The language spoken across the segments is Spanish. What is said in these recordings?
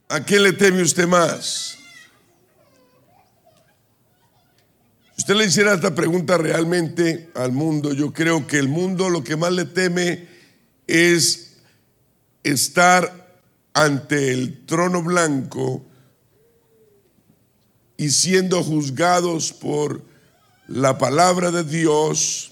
¿A qué le teme usted más? Si usted le hiciera esta pregunta realmente al mundo, yo creo que el mundo lo que más le teme es estar ante el trono blanco y siendo juzgados por la palabra de Dios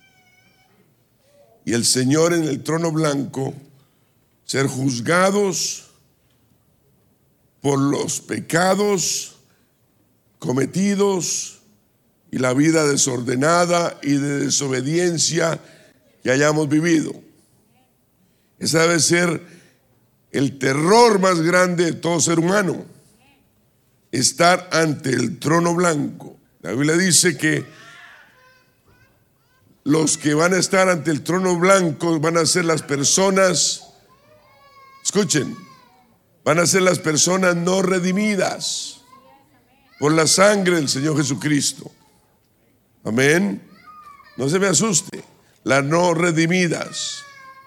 y el Señor en el trono blanco, ser juzgados por los pecados cometidos y la vida desordenada y de desobediencia que hayamos vivido. Ese debe ser el terror más grande de todo ser humano, estar ante el trono blanco. La Biblia dice que los que van a estar ante el trono blanco van a ser las personas, escuchen, van a ser las personas no redimidas por la sangre del Señor Jesucristo. Amén. No se me asuste. Las no redimidas,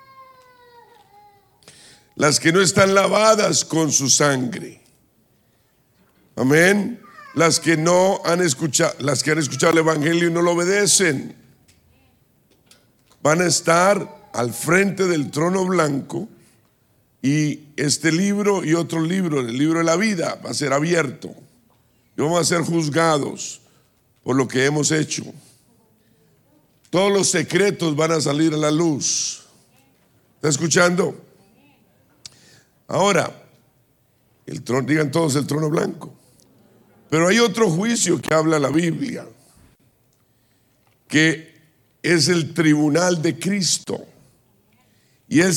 las que no están lavadas con su sangre. Amén. Las que no han escuchado, las que han escuchado el evangelio y no lo obedecen, van a estar al frente del trono blanco, y este libro y otro libro, el libro de la vida, va a ser abierto y vamos a ser juzgados por lo que hemos hecho. Todos los secretos van a salir a la luz. ¿Está escuchando? Ahora, el trono, digan todos el trono blanco. Pero hay otro juicio que habla la Biblia, que es el tribunal de Cristo. Y a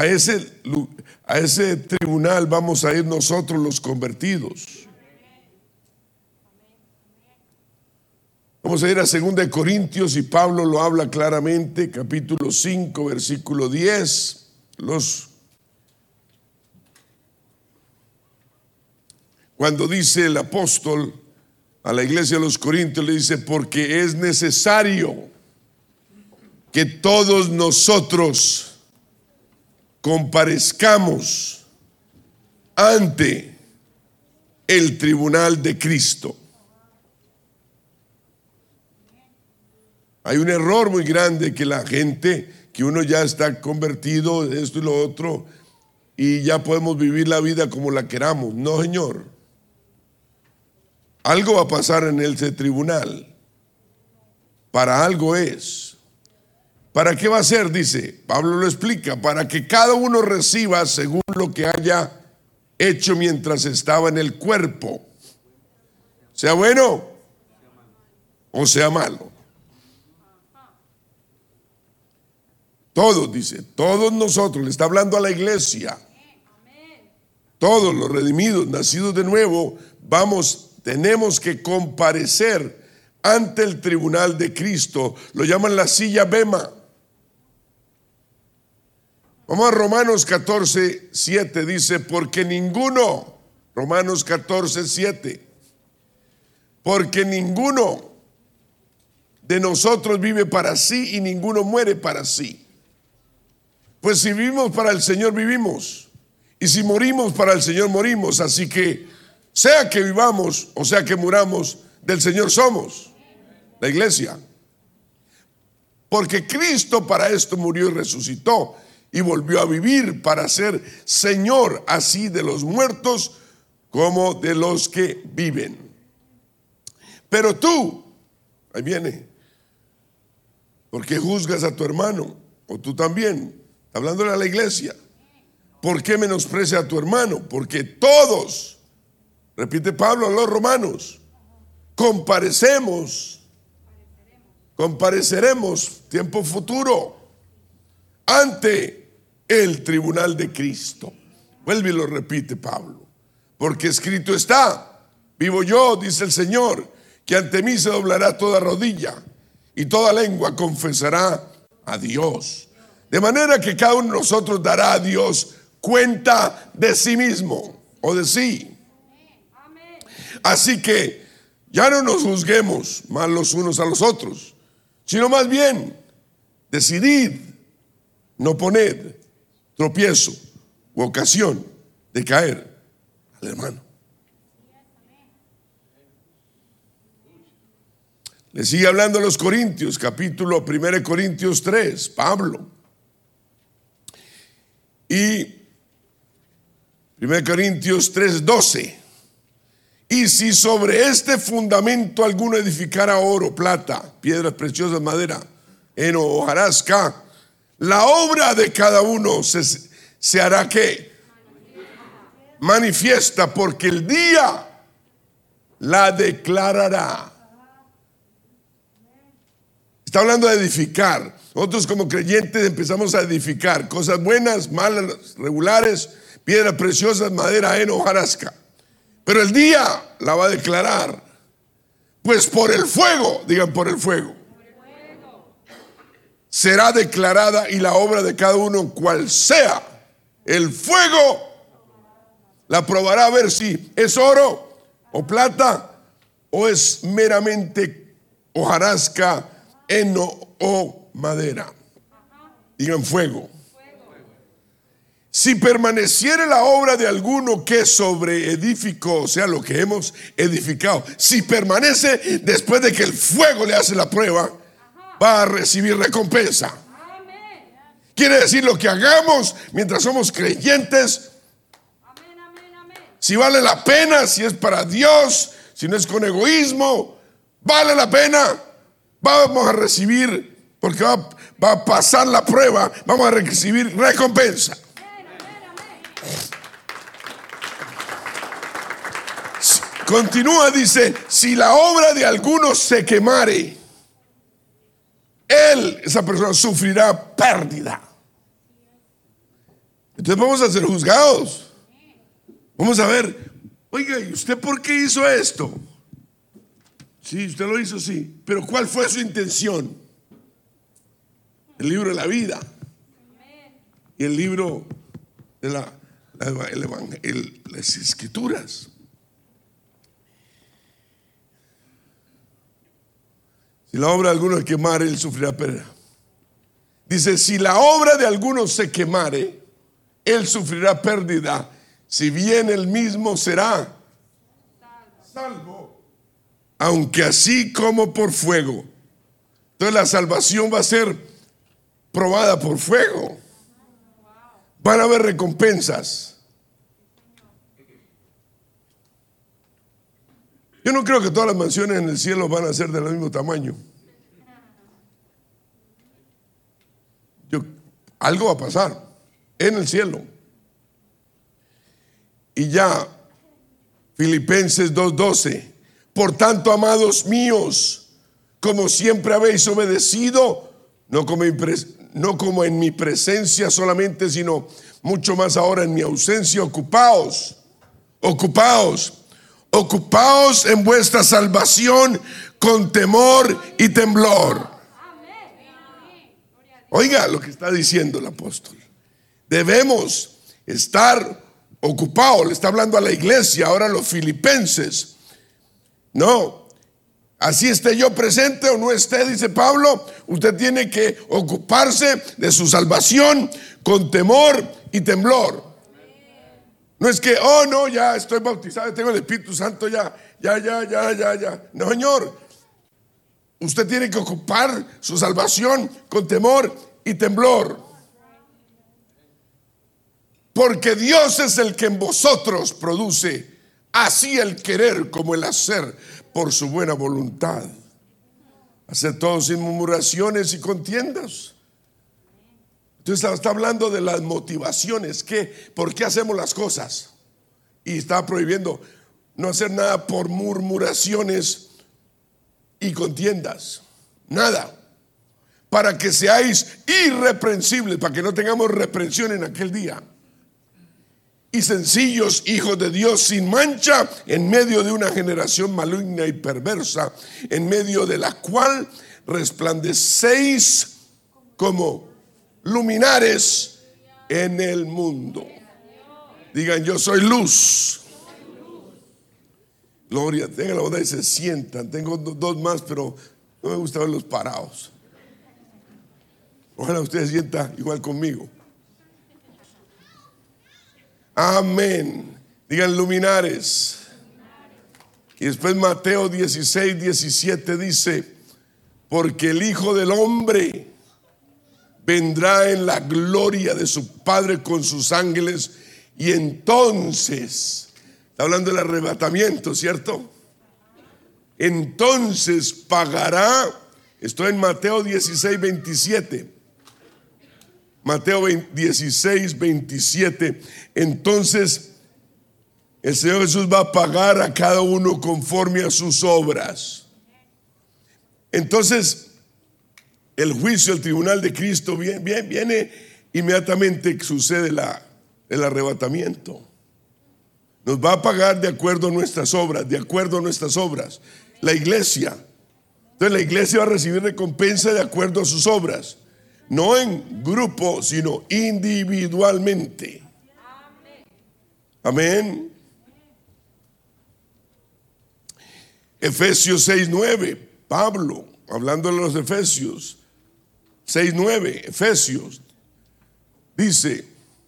ese tribunal vamos a ir nosotros los convertidos. Vamos a ir a 2 Corintios y Pablo lo habla claramente, capítulo 5, versículo 10. Cuando dice el apóstol a la iglesia de los Corintios, le dice: porque es necesario que todos nosotros comparezcamos ante el tribunal de Cristo. Hay un error muy grande que la gente, que uno ya está convertido, esto y lo otro, y ya podemos vivir la vida como la queramos. No, señor. Algo va a pasar en ese tribunal. Para algo es. ¿Para qué va a ser? Dice, Pablo lo explica, para que cada uno reciba según lo que haya hecho mientras estaba en el cuerpo, sea bueno o sea malo. Todos, dice, todos nosotros, le está hablando a la iglesia, todos los redimidos, nacidos de nuevo, tenemos que comparecer ante el tribunal de Cristo. Lo llaman la silla bema. Vamos a Romanos 14, 7, dice, porque ninguno, Romanos 14, 7, porque ninguno de nosotros vive para sí y ninguno muere para sí. Pues si vivimos para el Señor vivimos, y si morimos para el Señor morimos. Así que sea que vivamos o sea que muramos, del Señor somos, la iglesia. Porque Cristo para esto murió y resucitó y volvió a vivir para ser Señor así de los muertos como de los que viven. Pero tú, ahí viene, ¿por qué juzgas a tu hermano? O tú también, hablándole a la iglesia, ¿por qué menosprecia a tu hermano? Porque todos, repite Pablo a los romanos, compareceremos, tiempo futuro, ante el tribunal de Cristo. Vuelve y lo repite Pablo, porque escrito está, vivo yo, dice el Señor, que ante mí se doblará toda rodilla y toda lengua confesará a Dios. De manera que cada uno de nosotros dará a Dios cuenta de sí mismo o de sí. Así que ya no nos juzguemos más los unos a los otros, sino más bien decidid no poner tropiezo u ocasión de caer al hermano. Le sigue hablando a los Corintios, capítulo 1 Corintios 3, Pablo. Y 1 Corintios 3, 12. Y si sobre este fundamento alguno edificara oro, plata, piedras preciosas, madera, heno, hojarasca, la obra de cada uno se hará ¿qué? Manifiesta, porque el día la declarará. Está hablando de edificar. Nosotros como creyentes empezamos a edificar cosas buenas, malas, regulares, piedras preciosas, madera, heno, hojarasca. Pero el día la va a declarar. Pues por el fuego, digan por el fuego, será declarada, y la obra de cada uno, cual sea, el fuego la probará a ver si es oro o plata o es meramente hojarasca, heno o madera. Digan fuego. Si permaneciere la obra de alguno que sobre edificó, o sea, lo que hemos edificado, si permanece después de que el fuego le hace la prueba, va a recibir recompensa. Quiere decir, lo que hagamos mientras somos creyentes, si vale la pena, si es para Dios, si no es con egoísmo, vale la pena. Vamos a recibir, porque va a pasar la prueba, vamos a recibir recompensa. Continúa, dice, si la obra de alguno se quemare, esa persona sufrirá pérdida. Entonces vamos a ser juzgados. Vamos a ver, oiga, ¿y usted por qué hizo esto? Sí, usted lo hizo, sí, pero ¿cuál fue su intención? El libro de la vida y el libro de las escrituras. Si la obra de alguno se quemare, él sufrirá pérdida. Dice, si la obra de alguno se quemare, él sufrirá pérdida, si bien él mismo será salvo, aunque así como por fuego. Entonces la salvación va a ser probada por fuego. Van a haber recompensas. Yo no creo que todas las mansiones en el cielo van a ser del mismo tamaño. Algo va a pasar en el cielo. Y ya, Filipenses 2:12. Por tanto, amados míos, como siempre habéis obedecido, no como en mi presencia solamente, sino mucho más ahora en mi ausencia, ocupaos en vuestra salvación con temor y temblor. Oiga lo que está diciendo el apóstol. Debemos estar ocupados. Le está hablando a la iglesia, ahora a los filipenses. No, así esté yo presente o no esté, dice Pablo, usted tiene que ocuparse de su salvación con temor y temblor. No es que, oh no, ya estoy bautizado, tengo el Espíritu Santo, ya. No, señor, usted tiene que ocupar su salvación con temor y temblor. Porque Dios es el que en vosotros produce así el querer como el hacer por su buena voluntad. Hacer todo sin murmuraciones y contiendas. Entonces está hablando de las motivaciones, por qué hacemos las cosas. Y está prohibiendo no hacer nada por murmuraciones y contiendas. Nada. Para que seáis irreprensibles, para que no tengamos reprensión en aquel día. Y sencillos hijos de Dios sin mancha en medio de una generación maligna y perversa, en medio de la cual resplandecéis como luminares en el mundo. Digan, yo soy luz. Gloria, tengan la bondad y se sientan. Tengo dos más, pero no me gusta verlos parados. Ojalá usted se sienta igual conmigo. Amén. Digan luminares. Y después Mateo 16, 17 dice: porque el Hijo del Hombre vendrá en la gloria de su Padre con sus ángeles, y entonces, está hablando del arrebatamiento, ¿cierto? Entonces pagará, estoy en Mateo 16, 27. Mateo 16, 27. Entonces el Señor Jesús va a pagar a cada uno conforme a sus obras. Entonces el juicio, el tribunal de Cristo viene inmediatamente que sucede el arrebatamiento. Nos va a pagar de acuerdo a nuestras obras, de acuerdo a nuestras obras. La iglesia. Entonces la iglesia va a recibir recompensa de acuerdo a sus obras. No en grupo, sino individualmente. Amén. Efesios 6:9, Pablo, hablando de los Efesios 6:9, Efesios, dice,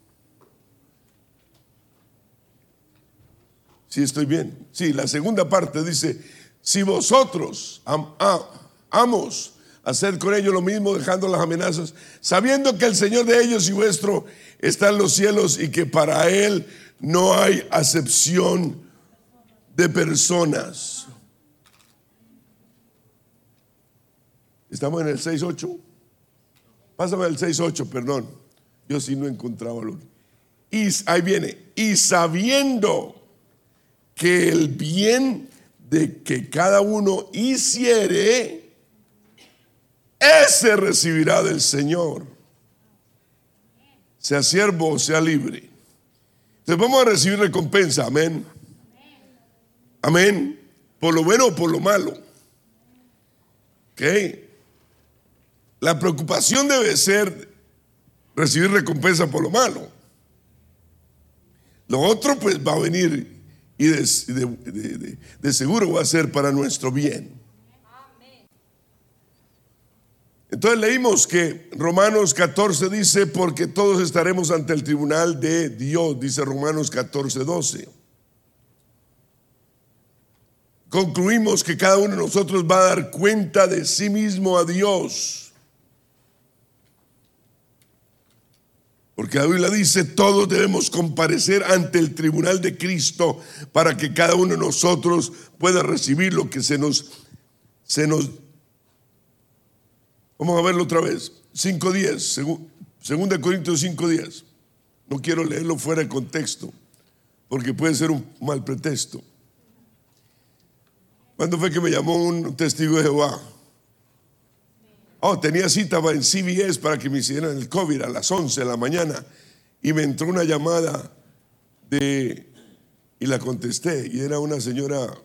si estoy bien, sí, la segunda parte dice: si vosotros, amos, haced con ellos lo mismo, dejando las amenazas, sabiendo que el Señor de ellos y vuestro está en los cielos, y que para Él no hay acepción de personas. ¿Estamos en el 6:8? Pásame el 6:8, perdón. Yo sí no encontraba lo que... Y ahí viene: y sabiendo que el bien de que cada uno hiciere, ese recibirá del Señor, sea siervo o sea libre. Entonces vamos a recibir recompensa, amén. Amén. Por lo bueno o por lo malo. Ok. La preocupación debe ser recibir recompensa por lo malo. Lo otro pues va a venir y de seguro va a ser para nuestro bien. Entonces leímos que Romanos 14 dice: porque todos estaremos ante el tribunal de Dios, dice Romanos 14:12. Concluimos que cada uno de nosotros va a dar cuenta de sí mismo a Dios. Porque la Biblia dice: todos debemos comparecer ante el tribunal de Cristo para que cada uno de nosotros pueda recibir lo que se nos. Vamos a verlo otra vez. 5:10, 2 Corintios 5:10. No quiero leerlo fuera de contexto, porque puede ser un mal pretexto. ¿Cuándo fue que me llamó un testigo de Jehová? Tenía cita en CBS para que me hicieran el COVID a las 11 de la mañana, y me entró una llamada y la contesté, y era una señora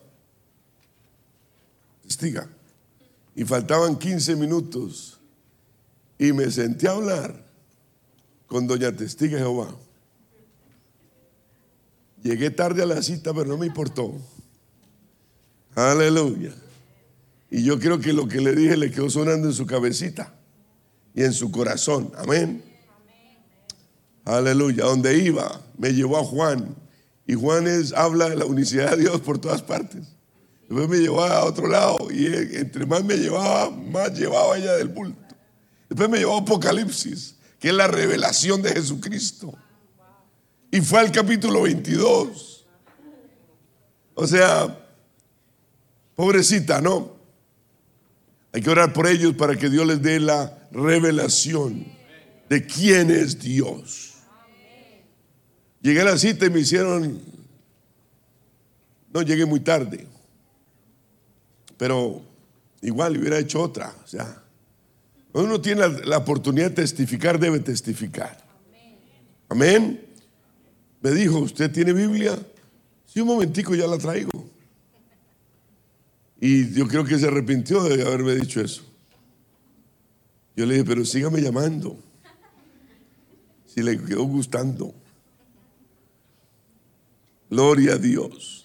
testiga, y faltaban 15 minutos y me senté a hablar con doña testiga de Jehová. Llegué tarde a la cita, pero no me importó. Aleluya. Y yo creo que lo que le dije le quedó sonando en su cabecita y en su corazón. Amén. Aleluya. Donde iba, me llevó a Juan. Y Juan habla de la unicidad de Dios por todas partes. Después me llevó a otro lado. Y entre más me llevaba, más llevaba ella del bulto. Después me llevó a Apocalipsis, que es la revelación de Jesucristo. Y fue al capítulo 22. O sea, pobrecita, ¿no? Hay que orar por ellos para que Dios les dé la revelación de quién es Dios. Llegué a la cita y me hicieron... No, llegué muy tarde. Pero igual hubiera hecho otra. O sea, cuando uno tiene la oportunidad de testificar, debe testificar. Amén. Me dijo: ¿usted tiene Biblia? Sí, un momentico, ya la traigo. Y yo creo que se arrepintió de haberme dicho eso. Yo le dije: pero sígame llamando, si le quedó gustando. Gloria a Dios.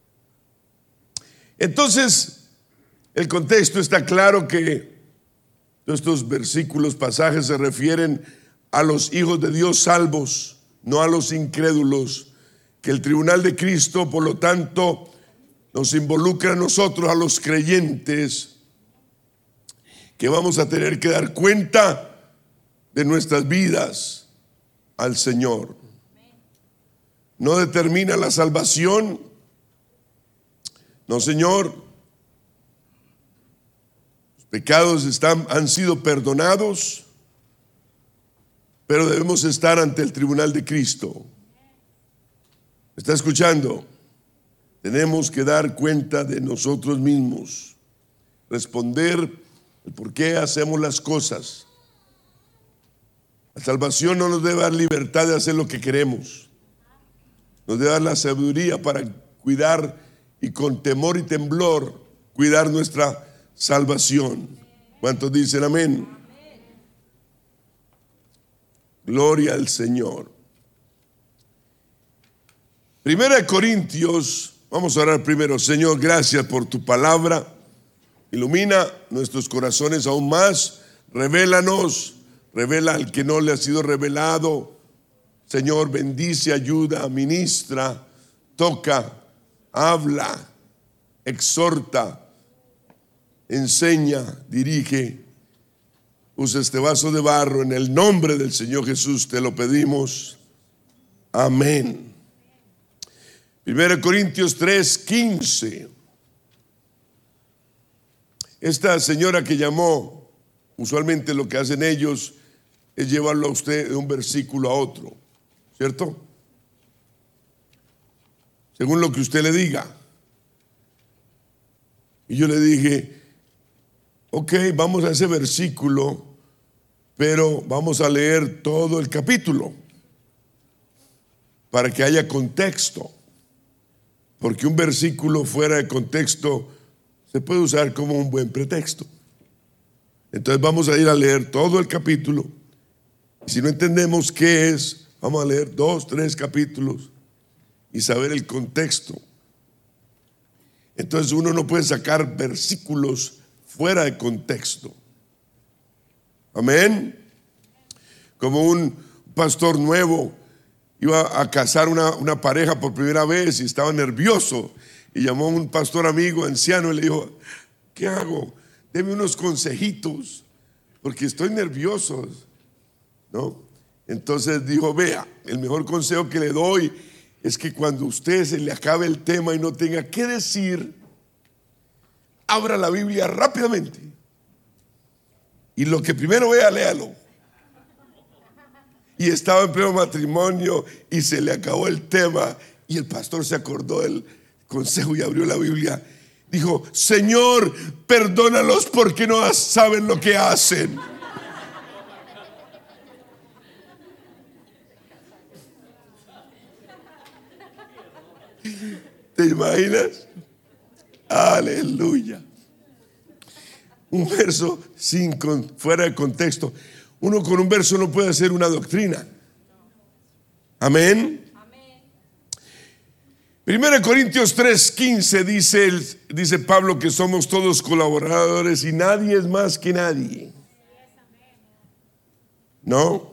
Entonces, el contexto está claro que estos versículos, pasajes, se refieren a los hijos de Dios salvos, no a los incrédulos que el tribunal de Cristo, por lo tanto, nos involucra a nosotros, a los creyentes, que vamos a tener que dar cuenta de nuestras vidas al Señor. No determina la salvación. No, Señor. Los pecados han sido perdonados, pero debemos estar ante el tribunal de Cristo. ¿Me está escuchando? Tenemos que dar cuenta de nosotros mismos, responder el por qué hacemos las cosas. La salvación no nos debe dar libertad de hacer lo que queremos. Nos debe dar la sabiduría para cuidar y con temor y temblor cuidar nuestra salvación. ¿Cuántos dicen amén? Gloria al Señor. Primera de Corintios, vamos a orar primero. Señor, gracias por tu palabra. Ilumina nuestros corazones aún más. Revélanos, revela al que no le ha sido revelado. Señor, bendice, ayuda, ministra, toca, habla, exhorta, enseña, dirige. Usa este vaso de barro en el nombre del Señor Jesús, te lo pedimos. Amén. 1 Corintios 3:15. Esta señora que llamó, usualmente lo que hacen ellos es llevarlo a usted de un versículo a otro, ¿cierto? Según lo que usted le diga. Y yo le dije, ok, vamos a ese versículo, pero vamos a leer todo el capítulo para que haya contexto. Porque un versículo fuera de contexto se puede usar como un buen pretexto. Entonces vamos a ir a leer todo el capítulo. Y si no entendemos qué es, vamos a leer 2, 3 capítulos y saber el contexto. Entonces uno no puede sacar versículos fuera de contexto. Amén. Como un pastor nuevo iba a casar una pareja por primera vez y estaba nervioso y llamó a un pastor amigo anciano y le dijo, ¿qué hago? Deme unos consejitos porque estoy nervioso, ¿no? Entonces dijo, vea, el mejor consejo que le doy es que cuando usted se le acabe el tema y no tenga qué decir, abra la Biblia rápidamente y lo que primero vea, léalo. Y estaba en pleno matrimonio y se le acabó el tema y el pastor se acordó del consejo y abrió la Biblia. Dijo, Señor, perdónalos porque no saben lo que hacen. ¿Te imaginas? Aleluya. Un verso fuera de contexto. Uno con un verso no puede hacer una doctrina. Amén. 1 Corintios 3:15 dice Pablo que somos todos colaboradores y nadie es más que nadie. ¿No?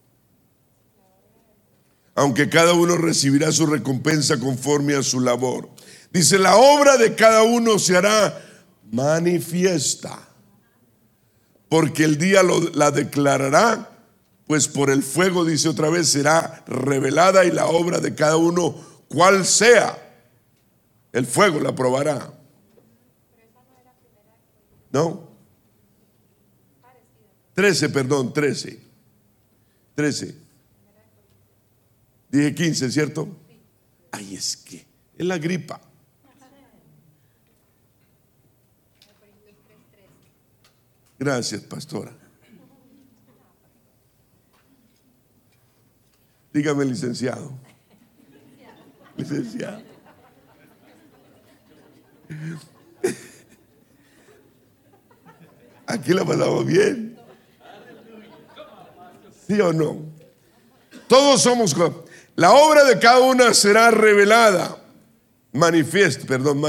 Aunque cada uno recibirá su recompensa conforme a su labor. Dice, la obra de cada uno se hará manifiesta, porque el día la declarará, pues por el fuego, dice otra vez, será revelada y la obra de cada uno, cual sea, el fuego la probará. ¿No? 13. Dije 15, ¿cierto? Ay, es que es la gripa. Gracias, pastora. Dígame, licenciado. Licenciado. Aquí la pasamos bien. ¿Sí o no? Todos somos. La obra de cada una será revelada. Manifiesta.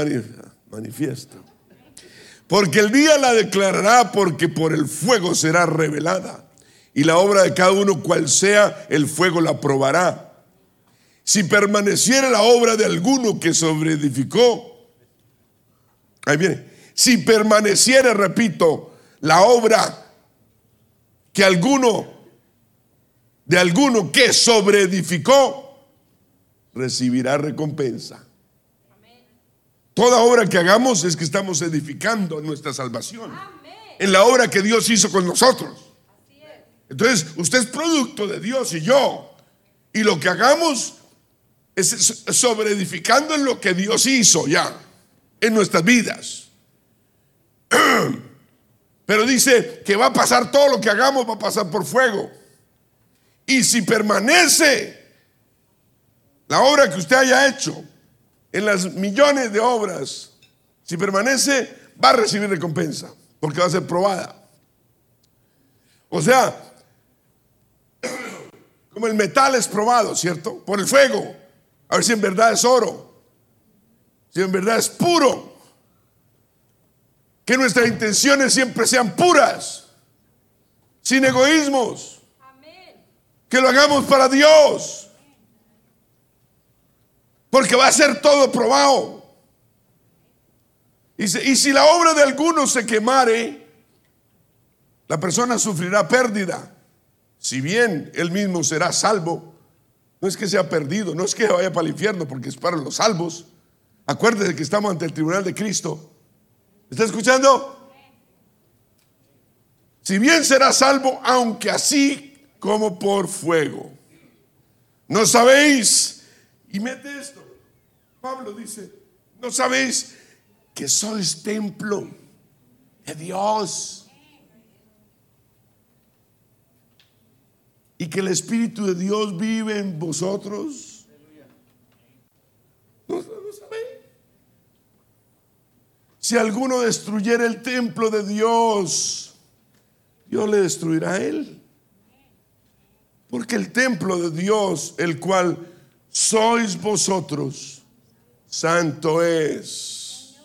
Porque el día la declarará, porque por el fuego será revelada. Y la obra de cada uno, cual sea, el fuego la probará. Si permaneciera la obra de alguno que sobreedificó, ahí viene, si permaneciera, repito, la obra de alguno que sobreedificó, recibirá recompensa. Toda obra que hagamos es que estamos edificando nuestra salvación. En la obra que Dios hizo con nosotros. Entonces, usted es producto de Dios y yo. Y lo que hagamos es sobreedificando en lo que Dios hizo ya en nuestras vidas. Pero dice que va a pasar, todo lo que hagamos va a pasar por fuego. Y si permanece la obra que usted haya hecho en las millones de obras, si permanece, va a recibir recompensa, porque va a ser probada. O sea, como el metal es probado, ¿cierto? Por el fuego, a ver si en verdad es oro, si en verdad es puro. Que nuestras intenciones siempre sean puras, sin egoísmos. Que lo hagamos para Dios, porque va a ser todo probado. Y si la obra de alguno se quemare, la persona sufrirá pérdida. Si bien él mismo será salvo, no es que sea perdido, no es que vaya para el infierno, porque es para los salvos. Acuérdese que estamos ante el tribunal de Cristo. ¿Está escuchando? Si bien será salvo, aunque así como por fuego. ¿No sabéis? Y mete esto. Pablo dice, ¿no sabéis que sois templo de Dios? Y que el Espíritu de Dios vive en vosotros. ¿No sabéis? Si alguno destruyera el templo de Dios, Dios le destruirá a él. Porque el templo de Dios, el cual sois vosotros, santo es.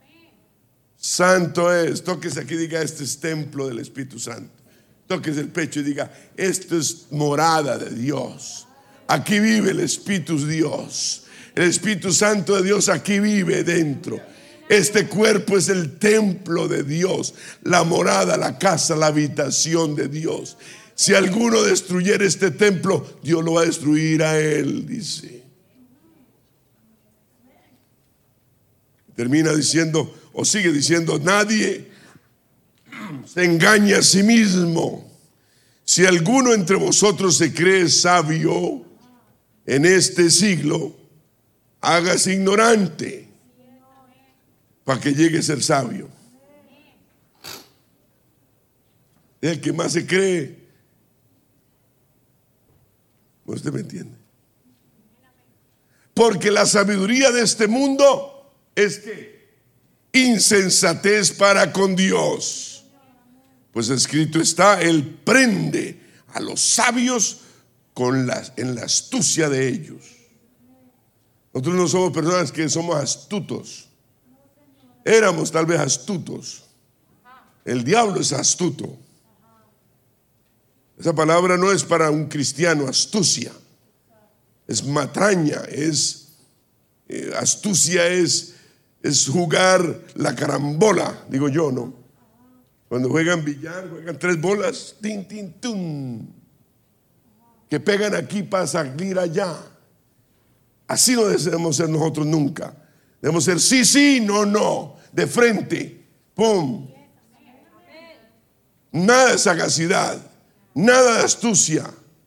Santo es. Tóquese aquí y diga, este es templo del Espíritu Santo. Tóquese el pecho y diga, esto es morada de Dios. Aquí vive el Espíritu Dios. El Espíritu Santo de Dios aquí vive dentro. Este cuerpo es el templo de Dios, la morada, la casa, la habitación de Dios. Si alguno destruyera este templo, Dios lo va a destruir a él, dice. Termina diciendo, o sigue diciendo, nadie se engaña a sí mismo. Si alguno entre vosotros se cree sabio en este siglo, hágase ignorante para que llegue a ser sabio. El que más se cree, usted me entiende. Porque la sabiduría de este mundo es que insensatez para con Dios. Pues escrito está, Él prende a los sabios en la astucia de ellos. Nosotros no somos personas que somos astutos. Éramos tal vez astutos. El diablo es astuto. Esa palabra no es para un cristiano, astucia. Es matraña, astucia es jugar la carambola, digo yo, ¿no? Cuando juegan billar, juegan 3 bolas, tin, tin, tum, que pegan aquí para salir allá. Así no debemos ser nosotros nunca. Debemos ser sí, sí, no, no, de frente, pum. Nada de sagacidad, nada de astucia.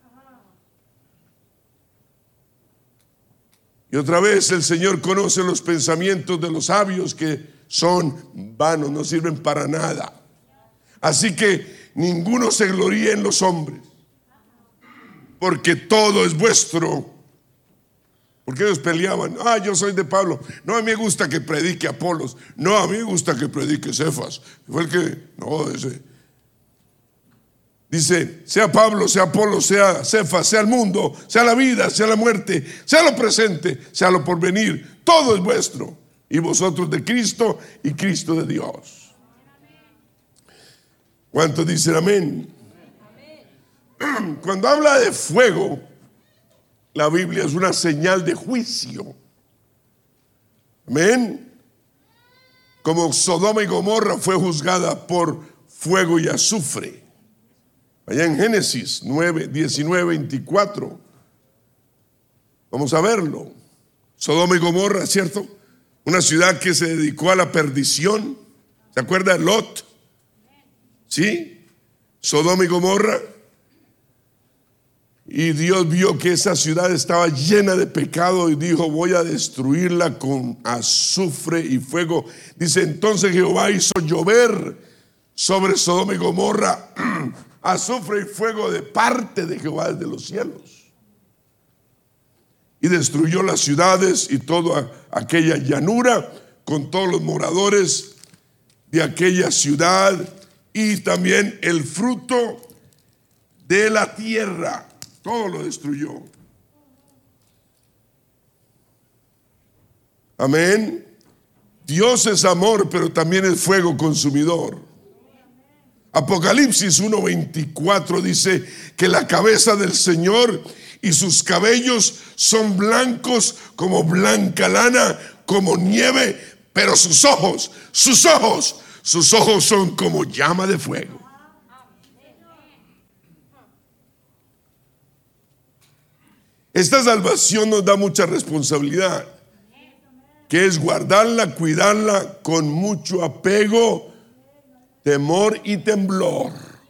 Y otra vez el Señor conoce los pensamientos de los sabios, que son vanos, no sirven para nada. Así que ninguno se gloríe en los hombres, porque todo es vuestro. Porque ellos peleaban, yo soy de Pablo, no, a mí me gusta que predique Apolos, no, a mí me gusta que predique Cefas. Fue el que, no, ese. Dice, sea Pablo, sea Apolo, sea Cefas, sea el mundo, sea la vida, sea la muerte, sea lo presente, sea lo porvenir, todo es vuestro, y vosotros de Cristo y Cristo de Dios. ¿Cuántos dicen amén? Cuando habla de fuego, la Biblia, es una señal de juicio. Amén. Como Sodoma y Gomorra fue juzgada por fuego y azufre. Allá en Génesis 9, 19, 24. Vamos a verlo. Sodoma y Gomorra, ¿cierto? Una ciudad que se dedicó a la perdición. ¿Se acuerda de Lot? ¿Sí? Sodoma y Gomorra. Y Dios vio que esa ciudad estaba llena de pecado y dijo: voy a destruirla con azufre y fuego. Dice: entonces Jehová hizo llover sobre Sodoma y Gomorra azufre y fuego de parte de Jehová desde los cielos. Y destruyó las ciudades y toda aquella llanura con todos los moradores de aquella ciudad y también el fruto de la tierra. Todo lo destruyó. Amén. Dios es amor, pero también es fuego consumidor. Apocalipsis 1:24 dice que la cabeza del Señor y sus cabellos son blancos como blanca lana, como nieve, pero sus ojos son como llama de fuego. Esta salvación nos da mucha responsabilidad, que es guardarla, cuidarla con mucho apego, temor y temblor.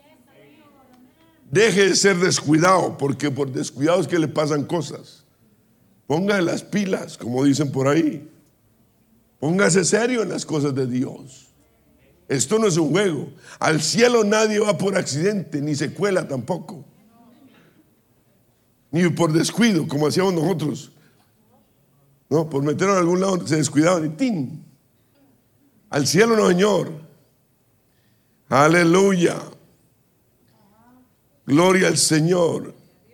Deje de ser descuidado, porque por descuidado es que le pasan cosas. Póngase las pilas, como dicen por ahí. Póngase serio en las cosas de Dios. Esto no es un juego. Al cielo nadie va por accidente, ni se cuela tampoco. Ni por descuido, como hacíamos nosotros. No, por meterlo en algún lado se descuidaban y ¡tin! Al cielo no, Señor. Aleluya. Gloria al Señor.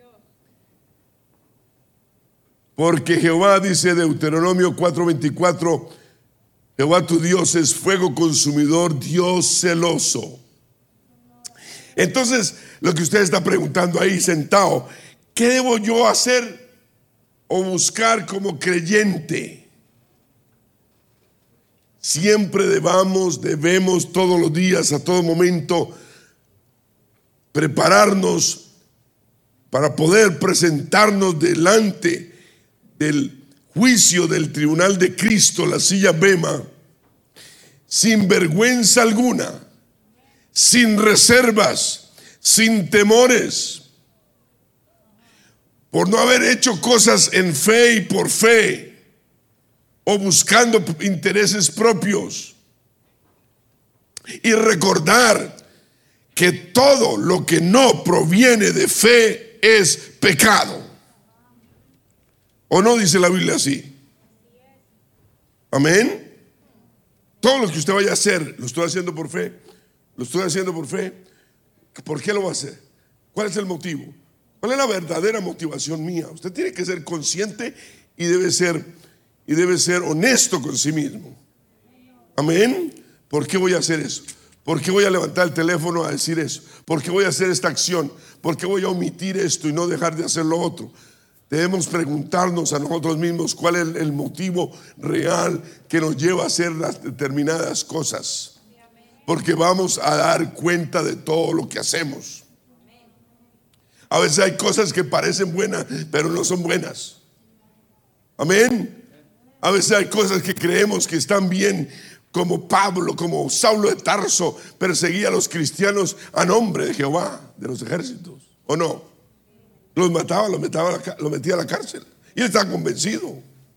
Porque Jehová, dice Deuteronomio 4:24, Jehová tu Dios es fuego consumidor, Dios celoso. Entonces, lo que usted está preguntando ahí sentado: ¿qué debo yo hacer o buscar como creyente? Siempre debemos todos los días, a todo momento, prepararnos para poder presentarnos delante del juicio del tribunal de Cristo, la silla bema, sin vergüenza alguna, sin reservas, sin temores, por no haber hecho cosas en fe y por fe, o buscando intereses propios. Y recordar que todo lo que no proviene de fe es pecado. ¿O no dice la Biblia así? Amén. Todo lo que usted vaya a hacer, lo estoy haciendo por fe. Lo estoy haciendo por fe. ¿Por qué lo va a hacer? ¿Cuál es el motivo? ¿Cuál es la verdadera motivación mía? Usted tiene que ser consciente y debe ser honesto con sí mismo. Amén. ¿Por qué voy a hacer eso? ¿Por qué voy a levantar el teléfono a decir eso? ¿Por qué voy a hacer esta acción? ¿Por qué voy a omitir esto y no dejar de hacer lo otro? Debemos preguntarnos a nosotros mismos cuál es el motivo real que nos lleva a hacer las determinadas cosas. Porque vamos a dar cuenta de todo lo que hacemos. A veces hay cosas que parecen buenas, pero no son buenas. Amén. A veces hay cosas que creemos que están bien, como Pablo, como Saulo de Tarso perseguía a los cristianos a nombre de Jehová, de los ejércitos, ¿o no? Los mataba, los metía a la cárcel y él estaba convencido.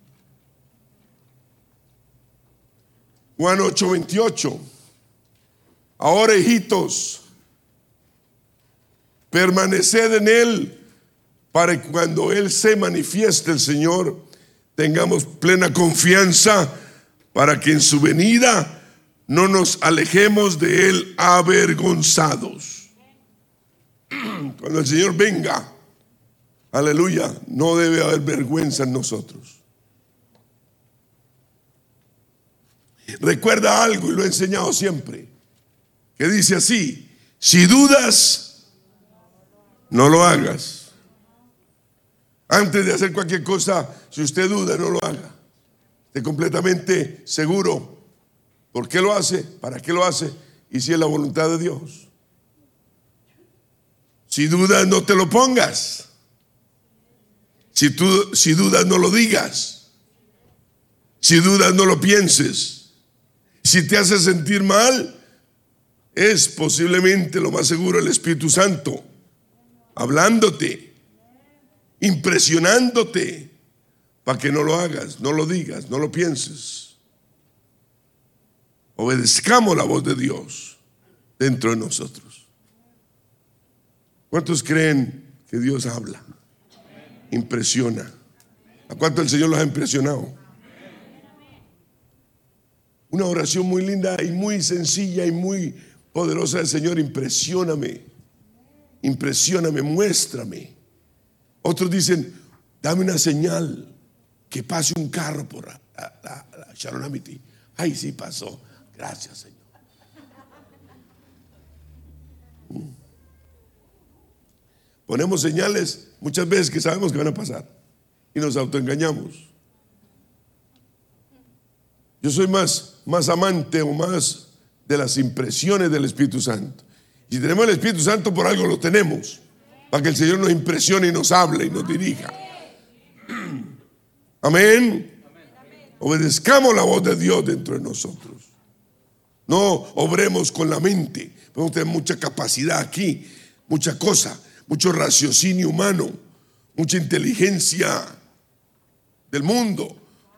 Juan 8:28. Ahora, hijitos, permaneced en él, para que cuando él se manifieste, el Señor, tengamos plena confianza, para que en su venida no nos alejemos de él avergonzados. Cuando el Señor venga, aleluya, no debe haber vergüenza en nosotros. Recuerda algo, y lo he enseñado siempre, que dice así: si dudas, no lo hagas. Antes de hacer cualquier cosa, si usted duda, no lo haga. Esté completamente seguro. ¿Por qué lo hace? ¿Para qué lo hace? Y si es la voluntad de Dios. Si dudas, no te lo pongas. Si dudas, no lo digas. Si dudas, no lo pienses. Si te hace sentir mal, es posiblemente lo más seguro el Espíritu Santo hablándote, impresionándote para que no lo hagas, no lo digas, no lo pienses. Obedezcamos la voz de Dios dentro de nosotros. ¿Cuántos creen que Dios habla? Impresiona. ¿A cuánto el Señor los ha impresionado? Una oración muy linda y muy sencilla y muy poderosa del Señor. Impresióname, impresióname, muéstrame. Otros dicen, dame una señal que pase un carro por la Sharon Amity. Ay, sí pasó. Gracias, Señor. Ponemos señales muchas veces que sabemos que van a pasar y nos autoengañamos. Yo soy más amante o más de las impresiones del Espíritu Santo. Y si tenemos el Espíritu Santo, por algo lo tenemos, para que el Señor nos impresione y nos hable y nos dirija. Amén. Obedezcamos la voz de Dios dentro de nosotros. No obremos con la mente. Podemos tener mucha capacidad aquí, mucha cosa, mucho raciocinio humano, mucha inteligencia del mundo.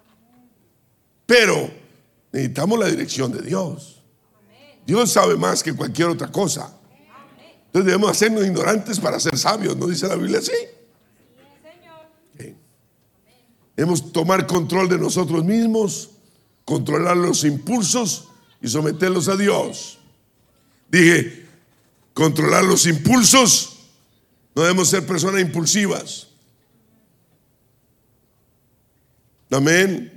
Pero necesitamos la dirección de Dios. Dios sabe más que cualquier otra cosa. Entonces debemos hacernos ignorantes para ser sabios. ¿No dice la Biblia así? Okay. Debemos tomar control de nosotros mismos, controlar los impulsos y someterlos a Dios. Dije, controlar los impulsos. No debemos ser personas impulsivas. Amén.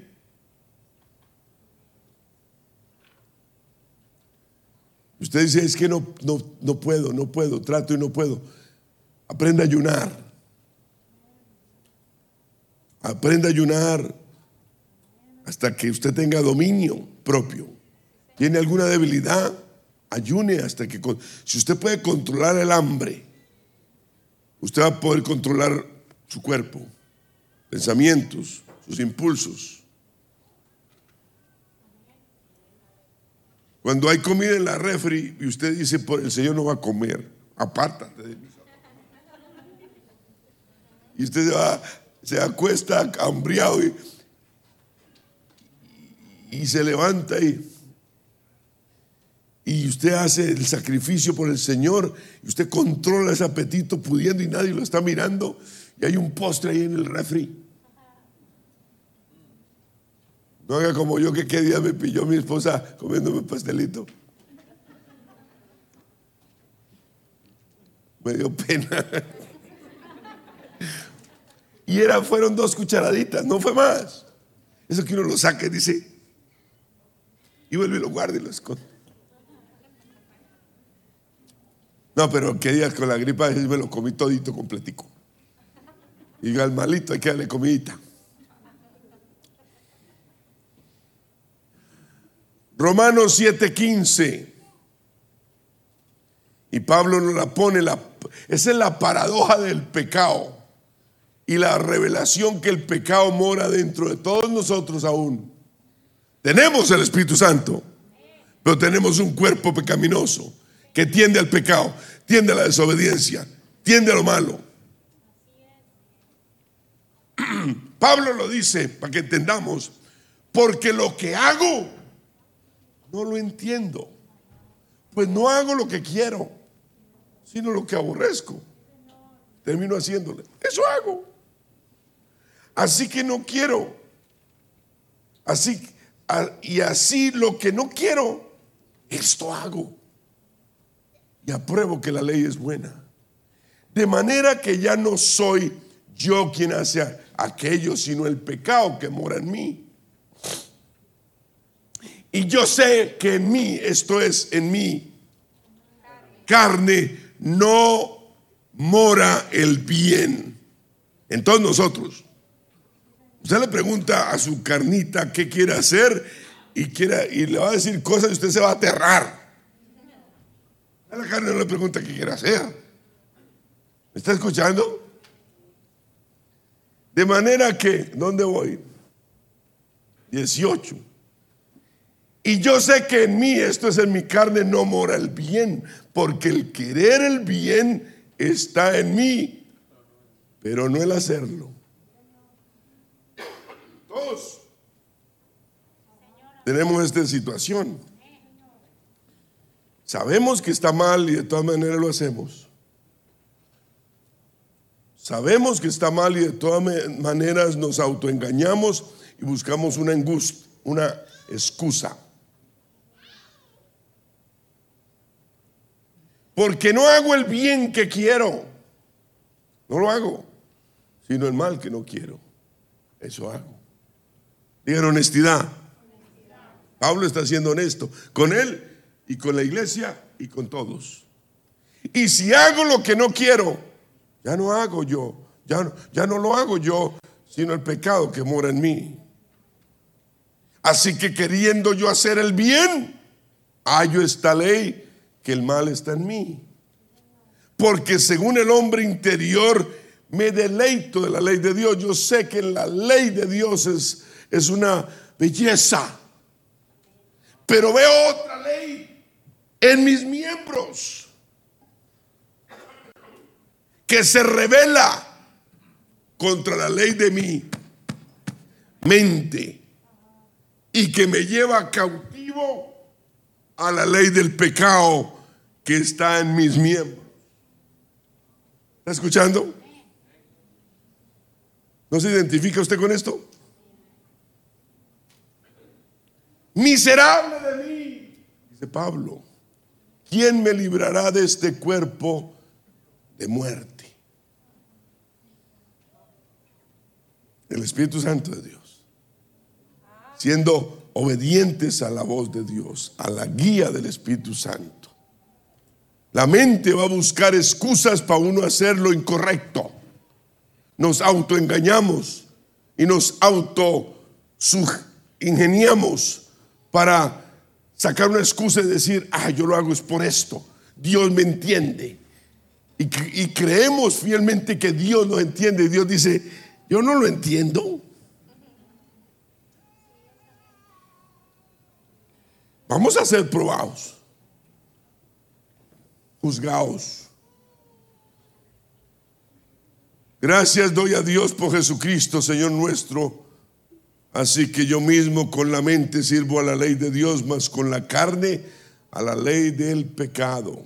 Usted dice, es que no puedo, trato y no puedo. Aprenda a ayunar. Aprenda a ayunar hasta que usted tenga dominio propio. ¿Tiene alguna debilidad? Ayune hasta que... Si usted puede controlar el hambre, usted va a poder controlar su cuerpo, pensamientos, sus impulsos. Cuando hay comida en la refri y usted dice, por el Señor no va a comer, apártate de mí. Y usted se acuesta hambriado y se levanta y usted hace el sacrificio por el Señor y usted controla ese apetito pudiendo y nadie lo está mirando y hay un postre ahí en el refri. No haga como yo, que qué día me pilló mi esposa comiéndome un pastelito. Me dio pena. Y fueron 2 cucharaditas, no fue más. Eso que uno lo saca y dice, y vuelve y lo guarda y lo esconde. No, pero qué días con la gripa me lo comí todito completico. Y al malito hay que darle comidita. Romanos 7:15. Y Pablo nos la pone, esa es la paradoja del pecado y la revelación que el pecado mora dentro de todos nosotros aún. Tenemos el Espíritu Santo, pero tenemos un cuerpo pecaminoso que tiende al pecado, tiende a la desobediencia, tiende a lo malo. Pablo lo dice para que entendamos, porque lo que hago no lo entiendo, pues no hago lo que quiero, sino lo que aborrezco. Termino haciéndole. Eso hago. Así que no quiero. Y así lo que no quiero, esto hago. Y apruebo que la ley es buena. De manera que ya no soy yo quien hace aquello, sino el pecado que mora en mí. Y yo sé que en mí, esto es, en mi carne, no mora el bien. En todos nosotros. Usted le pregunta a su carnita qué quiere hacer y le va a decir cosas y usted se va a aterrar. A la carne no le pregunta qué quiere hacer. ¿Me está escuchando? De manera que, ¿dónde voy? 18. Y yo sé que en mí, esto es en mi carne, no mora el bien, porque el querer el bien está en mí, pero no el hacerlo. Todos tenemos esta situación. Sabemos que está mal y de todas maneras lo hacemos. Sabemos que está mal y de todas maneras nos autoengañamos y buscamos una excusa. Porque no hago el bien que quiero. No lo hago, sino el mal que no quiero. Eso hago. Digan honestidad. Pablo está siendo honesto con él y con la iglesia y con todos. Y si hago lo que no quiero, ya no hago yo, ya no lo hago yo, sino el pecado que mora en mí. Así que queriendo yo hacer el bien, hallo esta ley, que el mal está en mí. Porque según el hombre interior me deleito de la ley de Dios. Yo sé que la ley de Dios es una belleza. Pero veo otra ley en mis miembros que se revela contra la ley de mi mente y que me lleva cautivo a la ley del pecado que está en mis miembros. ¿Está escuchando? ¿No se identifica usted con esto? Miserable de mí, dice Pablo, ¿quién me librará de este cuerpo de muerte? El Espíritu Santo de Dios, siendo obedientes a la voz de Dios, a la guía del Espíritu Santo. La mente va a buscar excusas para uno hacer lo incorrecto. Nos autoengañamos y nos ingeniamos para sacar una excusa y decir, yo lo hago es por esto, Dios me entiende. Y creemos fielmente que Dios nos entiende. Y Dios dice, yo no lo entiendo. Vamos a ser probados, juzgados. Gracias doy a Dios por Jesucristo, Señor nuestro. Así que yo mismo con la mente sirvo a la ley de Dios, mas con la carne a la ley del pecado.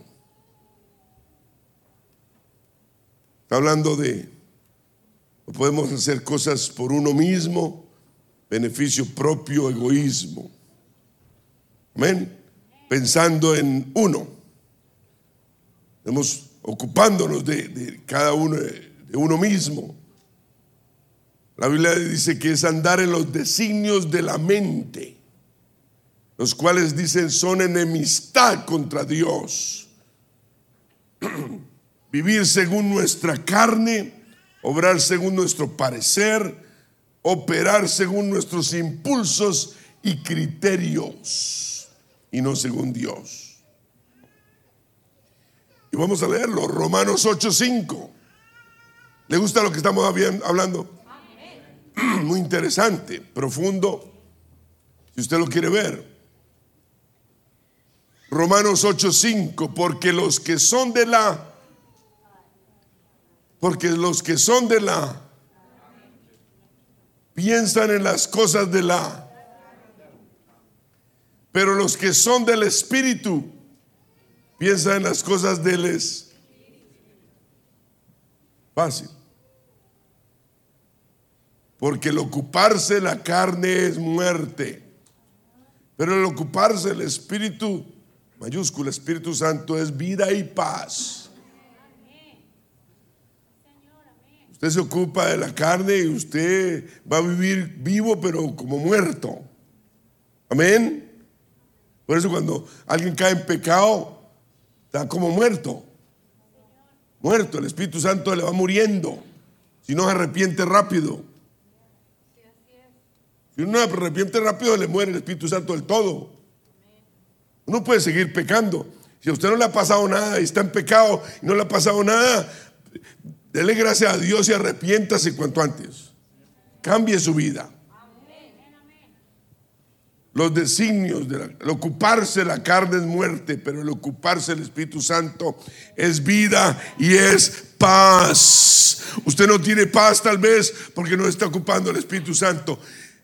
Está hablando de no podemos hacer cosas por uno mismo, beneficio propio, egoísmo. Amén. Pensando en uno. Estamos ocupándonos de cada uno, de uno mismo. La Biblia dice que es andar en los designios de la mente, los cuales dicen son enemistad contra Dios. Vivir según nuestra carne, obrar según nuestro parecer, operar según nuestros impulsos y criterios, y no según Dios. Y vamos a leerlo, Romanos 8:5. ¿Le gusta lo que estamos hablando? Muy interesante, profundo, si usted lo quiere ver. Romanos 8:5, porque los que son de la piensan en las cosas de la, pero los que son del Espíritu piensan en las cosas del Espíritu. Fácil. Porque el ocuparse la carne es muerte, pero el ocuparse el Espíritu, mayúscula, Espíritu Santo, es vida y paz. Usted se ocupa de la carne y usted va a vivir vivo pero como muerto. Amén. Por eso cuando alguien cae en pecado, está como muerto. Muerto, el Espíritu Santo le va muriendo. Si no se arrepiente rápido. Si uno se arrepiente rápido, le muere el Espíritu Santo del todo. Uno puede seguir pecando. Si a usted no le ha pasado nada y está en pecado y no le ha pasado nada, dele gracias a Dios y arrepiéntase cuanto antes. Cambie su vida. Los designios, el ocuparse la carne es muerte, pero el ocuparse el Espíritu Santo es vida y es paz. Usted no tiene paz tal vez porque no está ocupando el Espíritu Santo.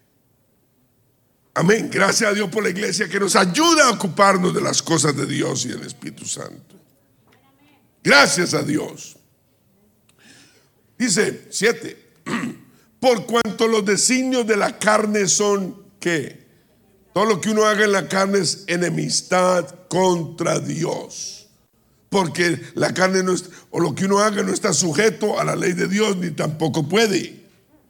Amén. Gracias a Dios por la iglesia que nos ayuda a ocuparnos de las cosas de Dios y del Espíritu Santo. Gracias a Dios. Dice 7. Por cuanto los designios de la carne son ¿qué? Todo lo que uno haga en la carne es enemistad contra Dios. Porque la carne no es, o lo que uno haga no está sujeto a la ley de Dios, ni tampoco puede.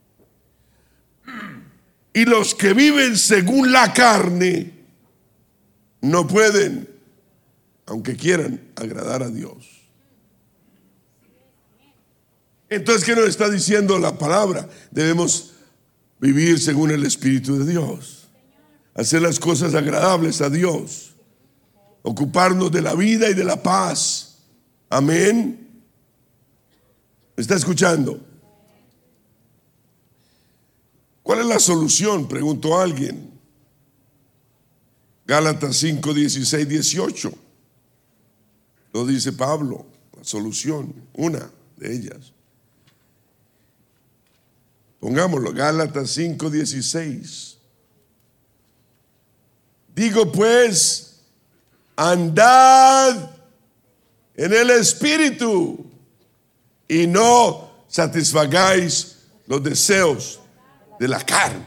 Y los que viven según la carne no pueden, aunque quieran, agradar a Dios. Entonces, ¿qué nos está diciendo la palabra? Debemos vivir según el Espíritu de Dios, hacer las cosas agradables a Dios, ocuparnos de la vida y de la paz. Amén. ¿Me está escuchando? ¿Cuál es la solución? Preguntó alguien. Gálatas 5, 16, 18. Lo dice Pablo. La solución, una de ellas. Pongámoslo, Gálatas 5, 16. Digo pues, andad en el Espíritu y no satisfagáis los deseos de la carne.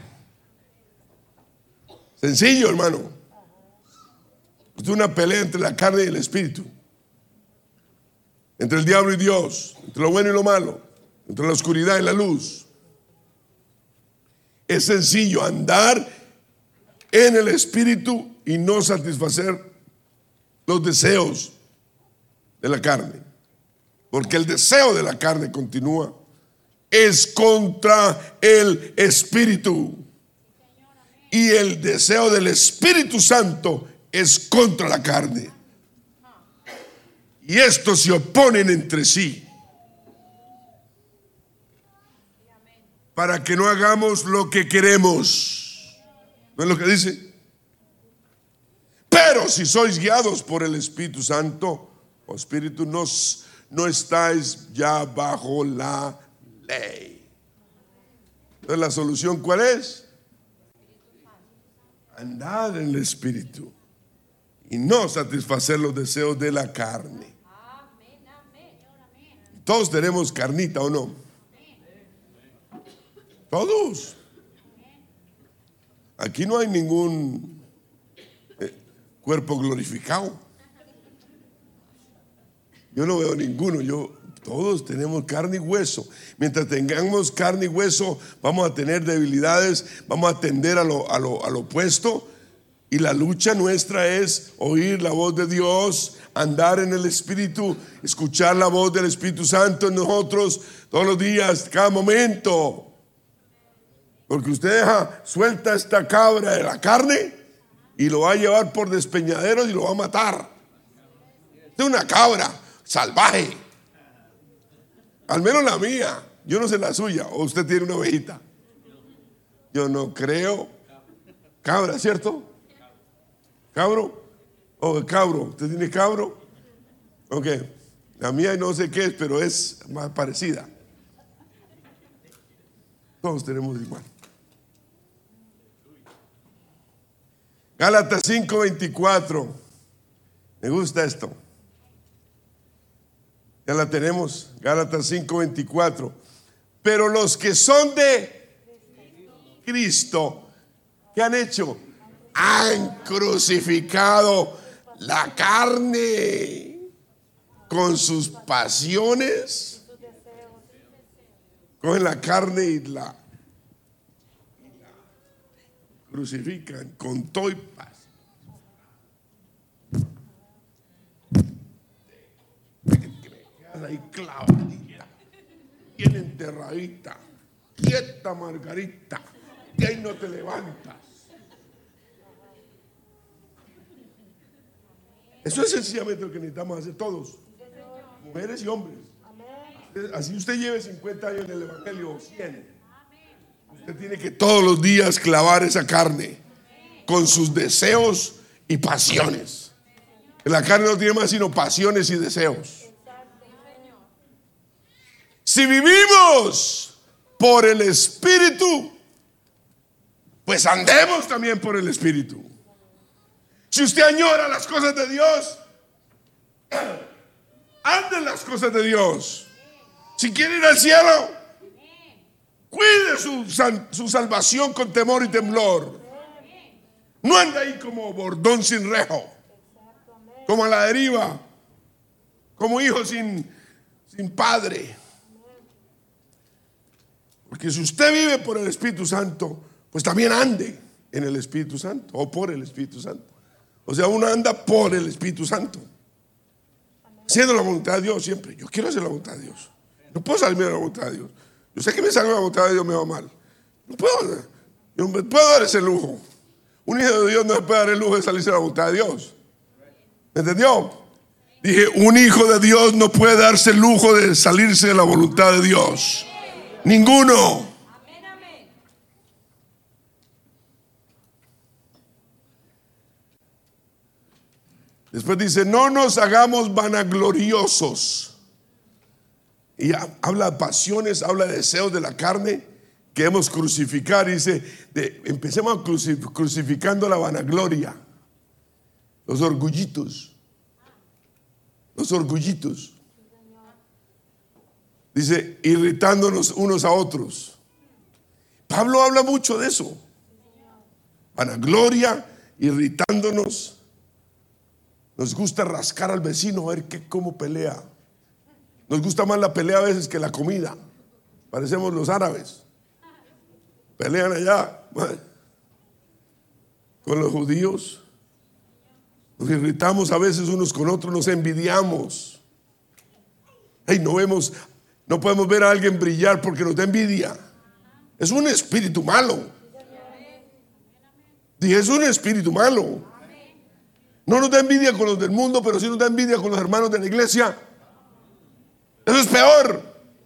Sencillo, hermano. Es una pelea entre la carne y el Espíritu, entre el diablo y Dios, entre lo bueno y lo malo, entre la oscuridad y la luz. Es sencillo andar en el Espíritu y no satisfacer los deseos de la carne, porque el deseo de la carne continúa, es contra el Espíritu, y el deseo del Espíritu Santo es contra la carne, y estos se oponen entre sí para que no hagamos lo que queremos. ¿No es lo que dice? Pero si sois guiados por el Espíritu Santo o Espíritu, no estáis ya bajo la ley. Entonces, ¿la solución cuál es? Andar en el Espíritu y no satisfacer los deseos de la carne. Todos tenemos carnita, ¿o no? Todos. Aquí no hay ningún cuerpo glorificado. Yo no veo ninguno. Todos tenemos carne y hueso. Mientras tengamos carne y hueso, vamos a tener debilidades, vamos a tender al opuesto. Y la lucha nuestra es oír la voz de Dios, andar en el Espíritu, escuchar la voz del Espíritu Santo en nosotros todos los días, cada momento. Porque usted suelta esta cabra de la carne y lo va a llevar por despeñaderos y lo va a matar. Es una cabra salvaje. Al menos la mía. Yo no sé la suya. O usted tiene una ovejita. Yo no creo. Cabra, ¿cierto? ¿Cabro? ¿O cabro? ¿Usted tiene cabro? Ok. La mía no sé qué es, pero es más parecida. Todos tenemos igual. Gálatas 5:24. Me gusta esto. Ya la tenemos. Gálatas 5:24. Pero los que son de Cristo, ¿qué han hecho? Han crucificado la carne con sus pasiones. Cogen la carne y la crucifican con todo y paz. Ahí clavadita. bien enterradita, quieta Margarita, de ahí no te levantas. Eso es sencillamente lo que necesitamos hacer todos, mujeres y hombres. Así usted lleve 50 años en el evangelio o 100, usted tiene que todos los días clavar esa carne con sus deseos y pasiones. La carne no tiene más sino pasiones y deseos. Si vivimos por el Espíritu, pues andemos también por el Espíritu. Si usted añora las cosas de Dios, ande en las cosas de Dios. Si quiere ir al cielo, cuide su salvación con temor y temblor. No ande ahí como bordón sin rejo, como a la deriva, como hijo sin padre. Porque si usted vive por el Espíritu Santo, pues también ande en el Espíritu Santo o por el Espíritu Santo. O sea, uno anda por el Espíritu Santo, haciendo la voluntad de Dios siempre. Yo quiero hacer la voluntad de Dios. No puedo salirme de la voluntad de Dios. Yo sé que me salgo de la voluntad de Dios, me va mal. No puedo, yo no me puedo dar ese lujo. Un hijo de Dios no se puede dar el lujo de salirse de la voluntad de Dios. ¿Me entendió? Dije, un hijo de Dios no puede darse el lujo de salirse de la voluntad de Dios. Ninguno. Después dice, no nos hagamos vanagloriosos. Y habla de pasiones, habla de deseos de la carne que debemos crucificar. Y dice, empecemos crucificando la vanagloria, los orgullitos. Los orgullitos. Dice, irritándonos unos a otros. Pablo habla mucho de eso. Vanagloria, irritándonos. Nos gusta rascar al vecino a ver cómo pelea. Nos gusta más la pelea a veces que la comida. Parecemos los árabes. Pelean allá con los judíos. Nos irritamos a veces unos con otros, nos envidiamos. No podemos ver a alguien brillar porque nos da envidia. Es un espíritu malo. Dije, es un espíritu malo. No nos da envidia con los del mundo, pero sí nos da envidia con los hermanos de la iglesia. Eso es peor.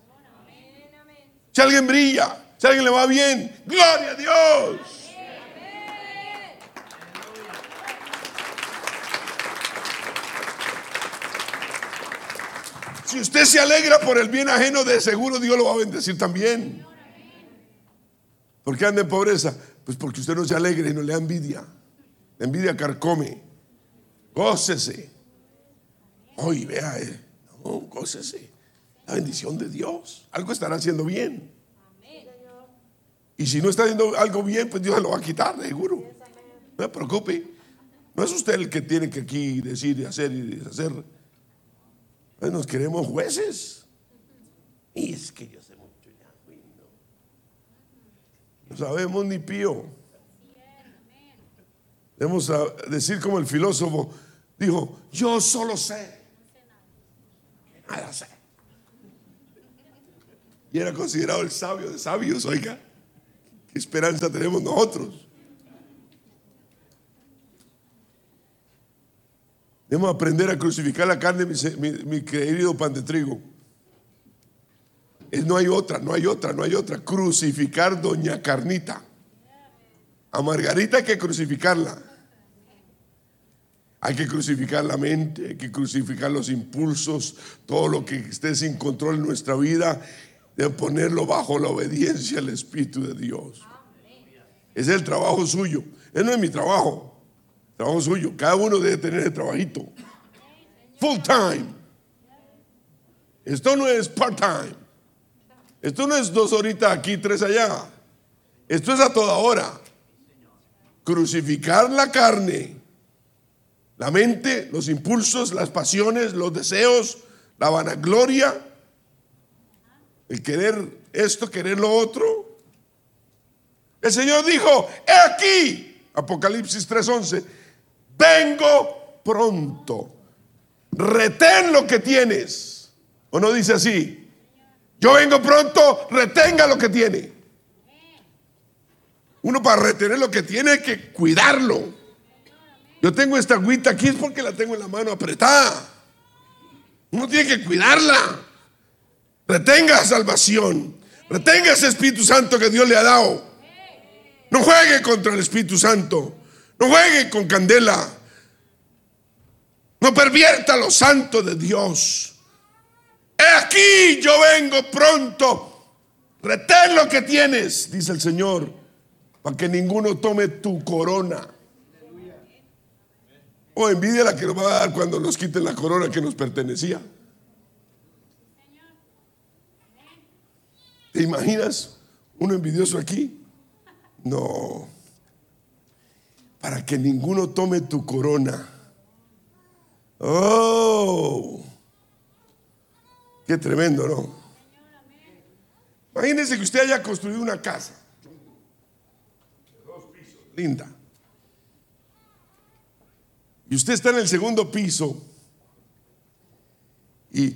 Si alguien brilla, si alguien le va bien, gloria a Dios. Si usted se alegra por el bien ajeno, de seguro Dios lo va a bendecir también. ¿Por qué anda en pobreza? Pues porque usted no se alegra y no le da envidia. La envidia carcome. Gócese. Hoy vea, no, gócese. La bendición de Dios. Algo estará haciendo bien. Y si no está haciendo algo bien, pues Dios se lo va a quitar, seguro. No se preocupe. No es usted el que tiene que aquí decir y hacer y deshacer. Nos queremos jueces. Y es que yo sé mucho ya. No sabemos ni pío. Debemos decir como el filósofo dijo, yo solo sé, nada sé. Y era considerado el sabio de sabios. Oiga, qué esperanza tenemos nosotros. Debemos aprender a crucificar la carne, mi querido pan de trigo. No hay otra. Crucificar doña Carnita. A Margarita hay que crucificarla. Hay que crucificar la mente, hay que crucificar los impulsos, todo lo que esté sin control en nuestra vida, de ponerlo bajo la obediencia al Espíritu de Dios. Ese es el trabajo suyo. Ese no es mi trabajo. El trabajo suyo. Cada uno debe tener el trabajito. Full time. Esto no es part time. Esto no es 2 horitas aquí, 3 allá. Esto es a toda hora. Crucificar la carne, la mente, los impulsos, las pasiones, los deseos, la vanagloria, el querer esto, querer lo otro. El Señor dijo, he aquí, Apocalipsis 3:11, vengo pronto, retén lo que tienes. ¿O no dice así? Yo vengo pronto, retenga lo que tiene. Uno para retener lo que tiene hay que cuidarlo. Yo tengo esta agüita aquí es porque la tengo en la mano apretada. Uno tiene que cuidarla. Retenga salvación. Retenga ese Espíritu Santo que Dios le ha dado. No juegue contra el Espíritu Santo. No juegue con candela. No pervierta lo santo de Dios. He aquí, yo vengo pronto. Retén lo que tienes, dice el Señor, para que ninguno tome tu corona. O envidia la que nos va a dar cuando nos quiten la corona que nos pertenecía. ¿Te imaginas uno envidioso aquí? No. Para que ninguno tome tu corona. Oh, qué tremendo, ¿no? Imagínense que usted haya construido una casa de 2 pisos, linda, y usted está en el segundo piso y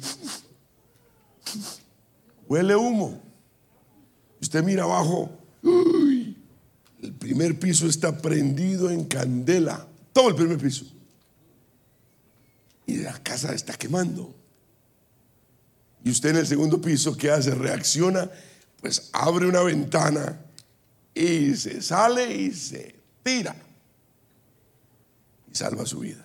huele humo. Usted mira abajo, uy, el primer piso está prendido en candela, todo el primer piso, y la casa está quemando. Y usted en el segundo piso, ¿qué hace? Reacciona, pues abre una ventana y se sale y se tira y salva su vida.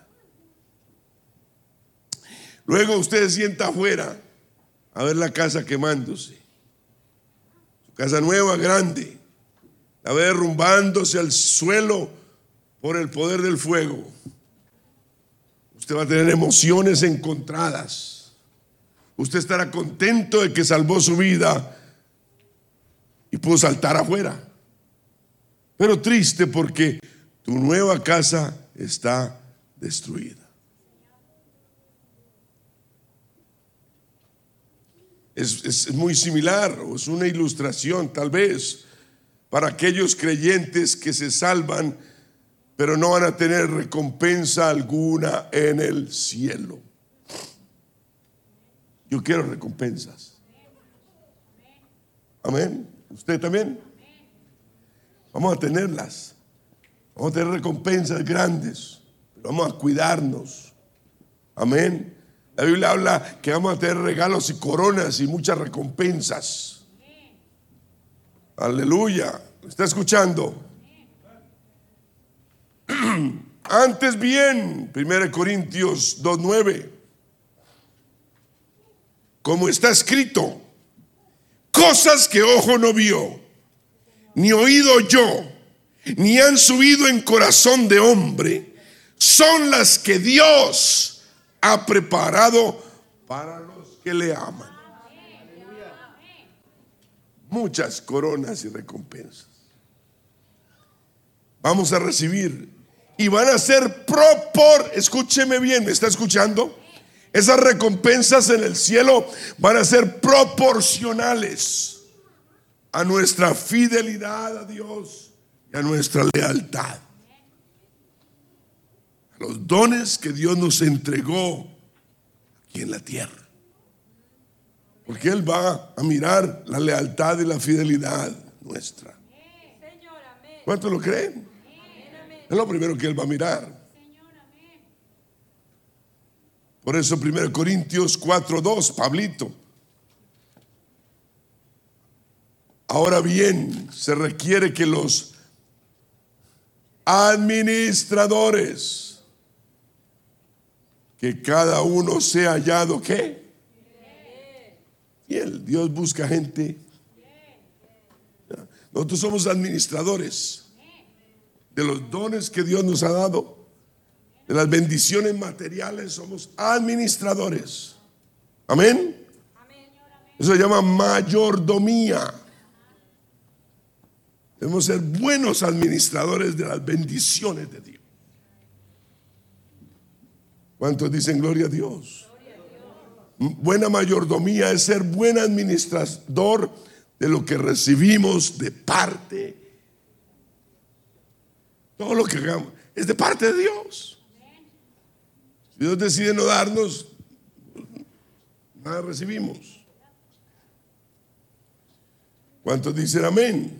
Luego usted se sienta afuera a ver la casa quemándose, su casa nueva, grande, la ve derrumbándose al suelo por el poder del fuego. Usted va a tener emociones encontradas. Usted estará contento de que salvó su vida y pudo saltar afuera, pero triste porque tu nueva casa está destruida. Es muy similar, o es una ilustración tal vez para aquellos creyentes que se salvan pero no van a tener recompensa alguna en el cielo. Yo quiero recompensas. Amén. ¿Usted también? Vamos a tenerlas. Vamos a tener recompensas grandes, pero vamos a cuidarnos. Amén. La Biblia habla que vamos a tener regalos y coronas y muchas recompensas. Aleluya. ¿Está escuchando? Antes bien, 1 Corintios 2:9, como está escrito, cosas que ojo no vio, ni oído yo, ni han subido en corazón de hombre, son las que Dios ha preparado para los que le aman. Muchas coronas y recompensas vamos a recibir. Y van a ser escúcheme bien, ¿me está escuchando? Esas recompensas en el cielo van a ser proporcionales a nuestra fidelidad a Dios y a nuestra lealtad, a los dones que Dios nos entregó aquí en la tierra. Porque Él va a mirar la lealtad y la fidelidad nuestra. ¿Cuántos lo creen? Es lo primero que Él va a mirar. Por eso 1 Corintios 4:2, Pablito. Ahora bien, se requiere que los administradores, que cada uno sea hallado, ¿qué? Fiel. Dios busca gente. Nosotros somos administradores de los dones que Dios nos ha dado, de las bendiciones materiales. Somos administradores. Amén. Eso se llama mayordomía. Debemos ser buenos administradores de las bendiciones de Dios. ¿Cuántos dicen gloria a Dios? Buena mayordomía es ser buen administrador de lo que recibimos de parte. Todo lo que hagamos es de parte de Dios. Si Dios decide no darnos, nada recibimos. ¿Cuántos dicen amén?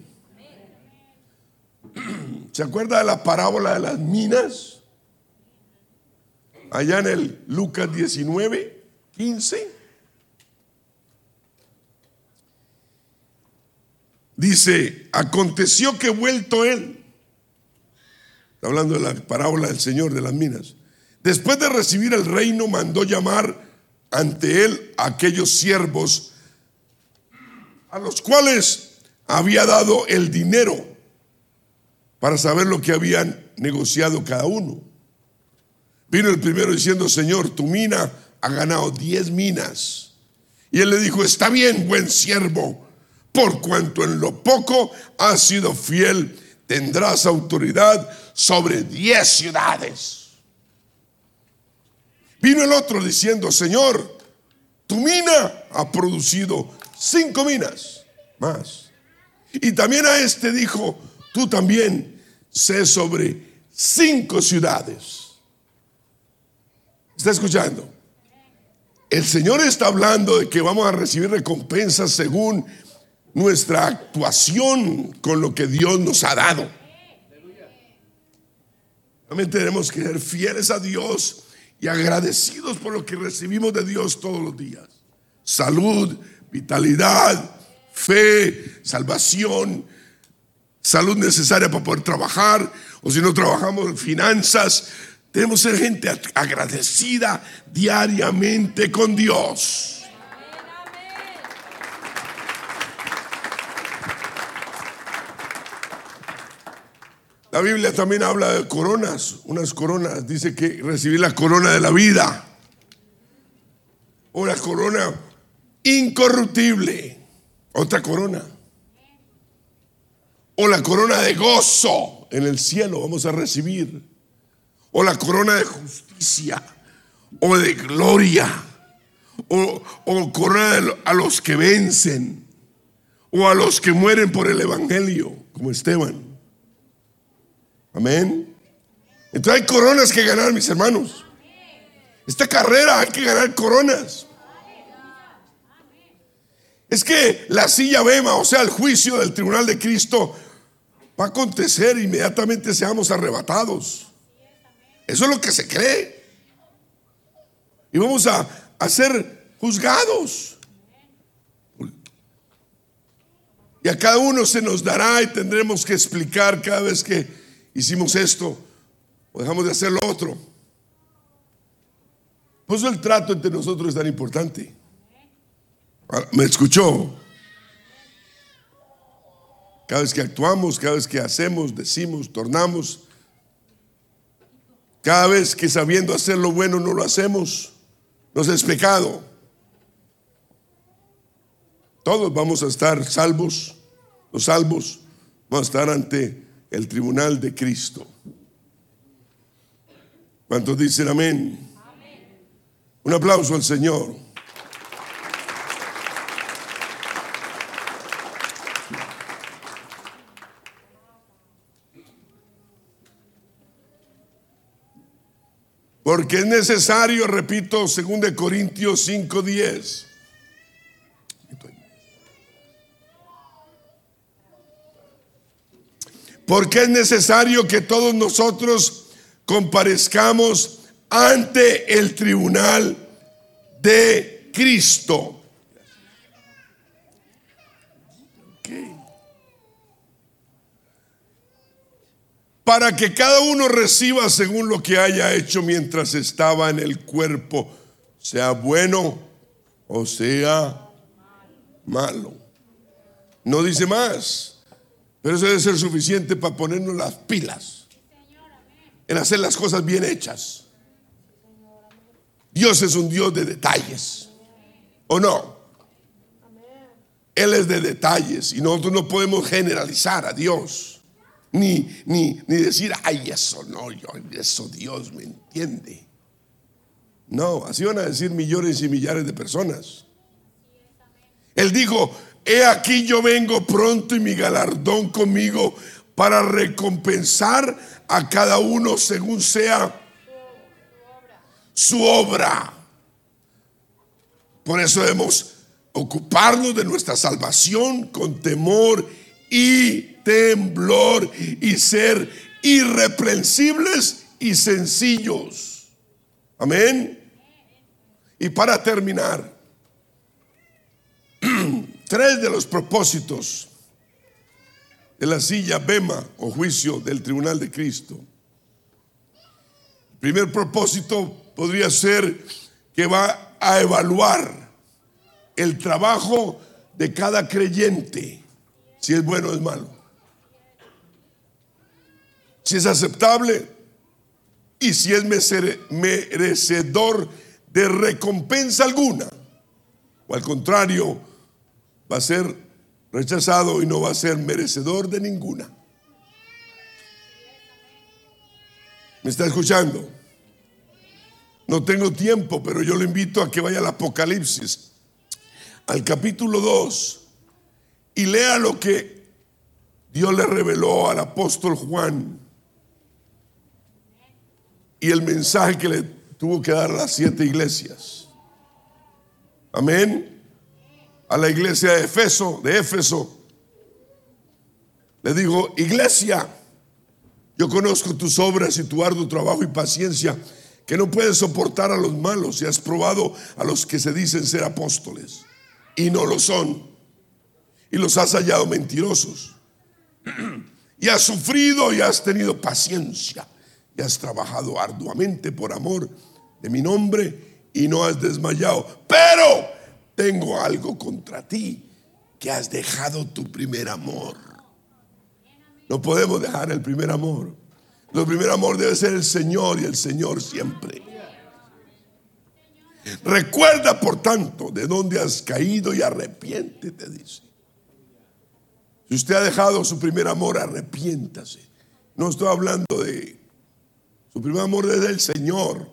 ¿Se acuerda de la parábola de las minas? Allá en el Lucas 19:15. Dice, aconteció que vuelto él, está hablando de la parábola del Señor de las minas, después de recibir el reino, mandó llamar ante él a aquellos siervos a los cuales había dado el dinero para saber lo que habían negociado cada uno. Vino el primero diciendo, Señor, tu mina ha ganado 10 minas. Y él le dijo, está bien, buen siervo, por cuanto en lo poco has sido fiel, tendrás autoridad sobre 10 ciudades. Vino el otro diciendo, Señor, tu mina ha producido 5 minas más. Y también a este dijo, tú también sé sobre 5 ciudades. ¿Está escuchando? El Señor está hablando de que vamos a recibir recompensas según nuestra actuación con lo que Dios nos ha dado. También tenemos que ser fieles a Dios y agradecidos por lo que recibimos de Dios todos los días. Salud, vitalidad, fe, salvación, salud necesaria para poder trabajar, o si no trabajamos, finanzas. Debemos ser gente agradecida diariamente con Dios. La Biblia también habla de coronas, unas coronas. Dice que recibir la corona de la vida, una corona incorruptible, otra corona, o la corona de gozo en el cielo vamos a recibir, o la corona de justicia, o de gloria, o corona a los que vencen, o a los que mueren por el evangelio, como Esteban. Amén. Entonces hay coronas que ganar, mis hermanos. Esta carrera hay que ganar coronas. Es que la silla bema, o sea, el juicio del tribunal de Cristo, va a acontecer inmediatamente seamos arrebatados. Eso es lo que se cree. Y vamos a ser juzgados. Y a cada uno se nos dará y tendremos que explicar cada vez que hicimos esto o dejamos de hacer lo otro. Por eso el trato entre nosotros es tan importante. ¿Me escuchó? Cada vez que actuamos, cada vez que hacemos, decimos, tornamos, cada vez que sabiendo hacer lo bueno no lo hacemos, nos es pecado. Todos vamos a estar salvos, los salvos vamos a estar ante el tribunal de Cristo. ¿Cuántos dicen amén? Amén. Un aplauso al Señor. Porque es necesario, repito, 2 Corintios 5:10. Porque es necesario que todos nosotros comparezcamos ante el tribunal de Cristo. Para que cada uno reciba según lo que haya hecho mientras estaba en el cuerpo, sea bueno o sea malo. No dice más. Pero eso debe ser suficiente para ponernos las pilas en hacer las cosas bien hechas. Dios es un Dios de detalles, ¿o no? Él es de detalles y nosotros no podemos generalizar a Dios ni decir, ay, eso no, eso Dios me entiende. No, así van a decir millones y millares de personas. Él dijo, he aquí yo vengo pronto y mi galardón conmigo para recompensar a cada uno según sea su obra. Por eso debemos ocuparnos de nuestra salvación con temor y temblor y ser irreprensibles y sencillos. Amén. Y para terminar, 3 de los propósitos de la silla bema o juicio del tribunal de Cristo. El primer propósito podría ser que va a evaluar el trabajo de cada creyente, si es bueno o es malo, si es aceptable y si es merecedor de recompensa alguna, o al contrario, va a ser rechazado y no va a ser merecedor de ninguna. ¿Me está escuchando? No tengo tiempo, pero yo lo invito a que vaya al Apocalipsis, al capítulo 2, y lea lo que Dios le reveló al apóstol Juan y el mensaje que le tuvo que dar a las 7 iglesias. Amén. A la iglesia de Éfeso, le digo: iglesia, yo conozco tus obras y tu arduo trabajo y paciencia, que no puedes soportar a los malos, y has probado a los que se dicen ser apóstoles y no lo son, y los has hallado mentirosos, y has sufrido y has tenido paciencia, y has trabajado arduamente por amor de mi nombre y no has desmayado. Pero tengo algo contra ti, que has dejado tu primer amor. No podemos dejar el primer amor. El primer amor debe ser el Señor, y el Señor siempre. Recuerda, por tanto, de dónde has caído y arrepiéntete, dice. Si usted ha dejado su primer amor, arrepiéntase. No estoy hablando de su primer amor, desde el Señor.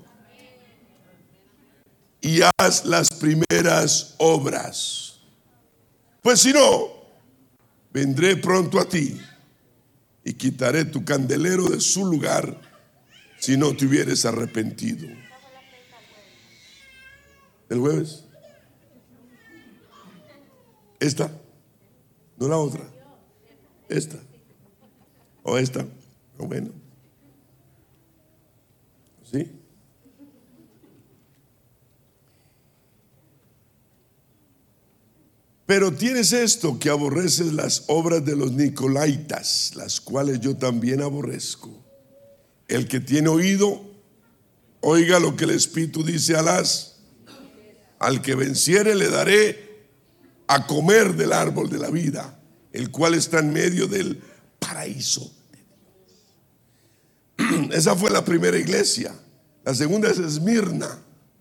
Y haz las primeras obras. Pues si no, vendré pronto a ti y quitaré tu candelero de su lugar si no te hubieres arrepentido. ¿El jueves? ¿Esta? ¿No la otra? ¿Esta? ¿O esta? ¿O bueno? ¿Sí? Pero tienes esto, que aborreces las obras de los nicolaitas, las cuales yo también aborrezco. El que tiene oído, oiga lo que el Espíritu dice al que venciere le daré a comer del árbol de la vida, el cual está en medio del paraíso de Dios. Esa fue la primera iglesia. La segunda es Esmirna.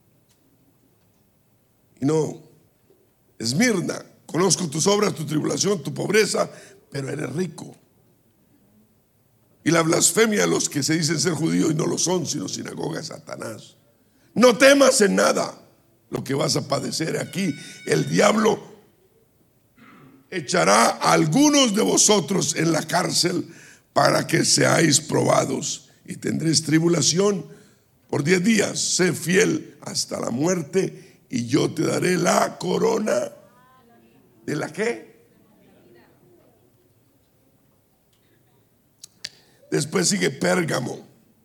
Y no, Esmirna: conozco tus obras, tu tribulación, tu pobreza, pero eres rico. Y la blasfemia de los que se dicen ser judíos y no lo son, sino sinagoga de Satanás. No temas en nada lo que vas a padecer aquí. El diablo echará a algunos de vosotros en la cárcel para que seáis probados, y tendréis tribulación por 10 días. Sé fiel hasta la muerte, y yo te daré la corona. ¿De la qué? Después sigue Pérgamo.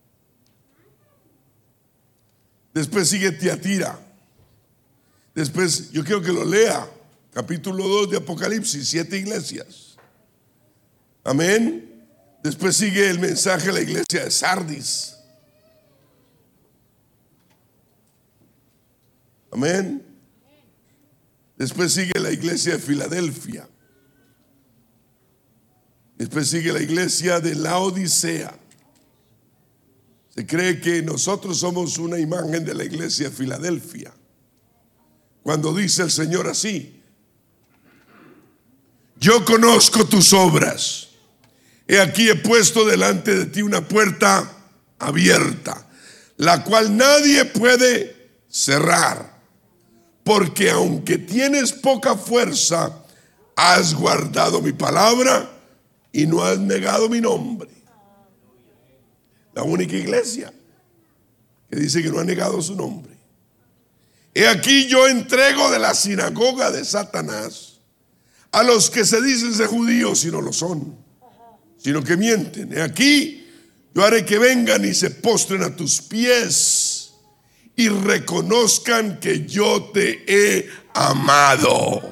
Después sigue Tiatira. Después, yo quiero que lo lea, capítulo 2 de Apocalipsis, 7 iglesias. Amén. Después sigue el mensaje a la iglesia de Sardis. Amén. Después sigue la iglesia de Filadelfia. Después sigue la iglesia de Laodicea. Se cree que nosotros somos una imagen de la iglesia de Filadelfia. Cuando dice el Señor así: yo conozco tus obras. He aquí he puesto delante de ti una puerta abierta, la cual nadie puede cerrar. Porque aunque tienes poca fuerza, has guardado mi palabra y no has negado mi nombre. La única iglesia que dice que no ha negado su nombre. He aquí yo entrego de la sinagoga de Satanás a los que se dicen ser judíos y no lo son, sino que mienten. He aquí yo haré que vengan y se postren a tus pies y reconozcan que yo te he amado.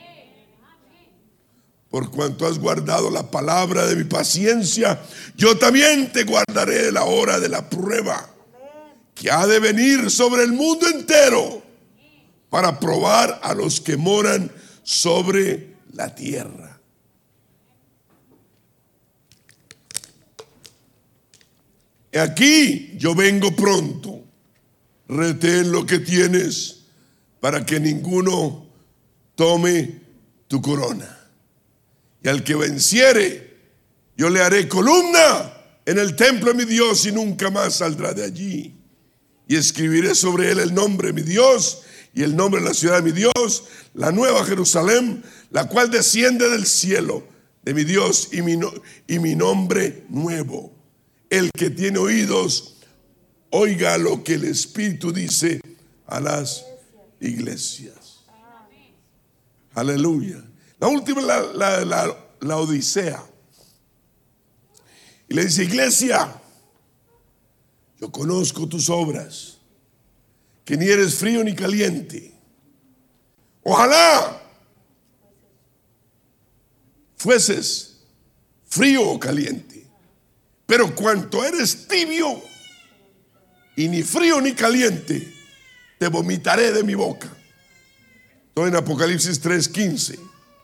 Por cuanto has guardado la palabra de mi paciencia, yo también te guardaré de la hora de la prueba que ha de venir sobre el mundo entero para probar a los que moran sobre la tierra. He aquí yo vengo pronto. Retén lo que tienes para que ninguno tome tu corona. Y al que venciere, yo le haré columna en el templo de mi Dios y nunca más saldrá de allí. Y escribiré sobre él el nombre de mi Dios y el nombre de la ciudad de mi Dios, la nueva Jerusalén, la cual desciende del cielo de mi Dios y mi nombre nuevo. El que tiene oídos, oiga lo que el Espíritu dice a las iglesias. Aleluya. La última, la Odisea. Y le dice: iglesia, yo conozco tus obras, que ni eres frío ni caliente. Ojalá fueses frío o caliente, pero cuanto eres tibio y ni frío ni caliente, te vomitaré de mi boca. Todo en Apocalipsis 3:15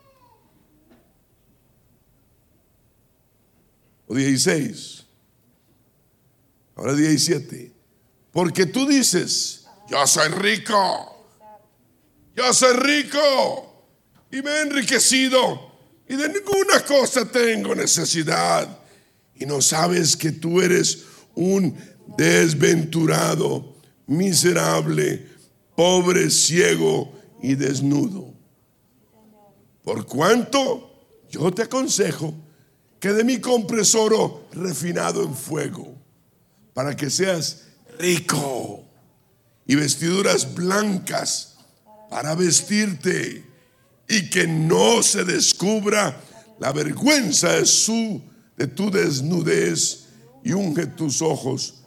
o 16. Ahora 17. Porque tú dices: yo soy rico, yo soy rico y me he enriquecido y de ninguna cosa tengo necesidad, y no sabes que tú eres un desventurado, miserable, pobre, ciego y desnudo. Por cuanto yo te aconsejo que de mí compres oro refinado en fuego, para que seas rico, y vestiduras blancas para vestirte, y que no se descubra la vergüenza de tu desnudez, y unge tus ojos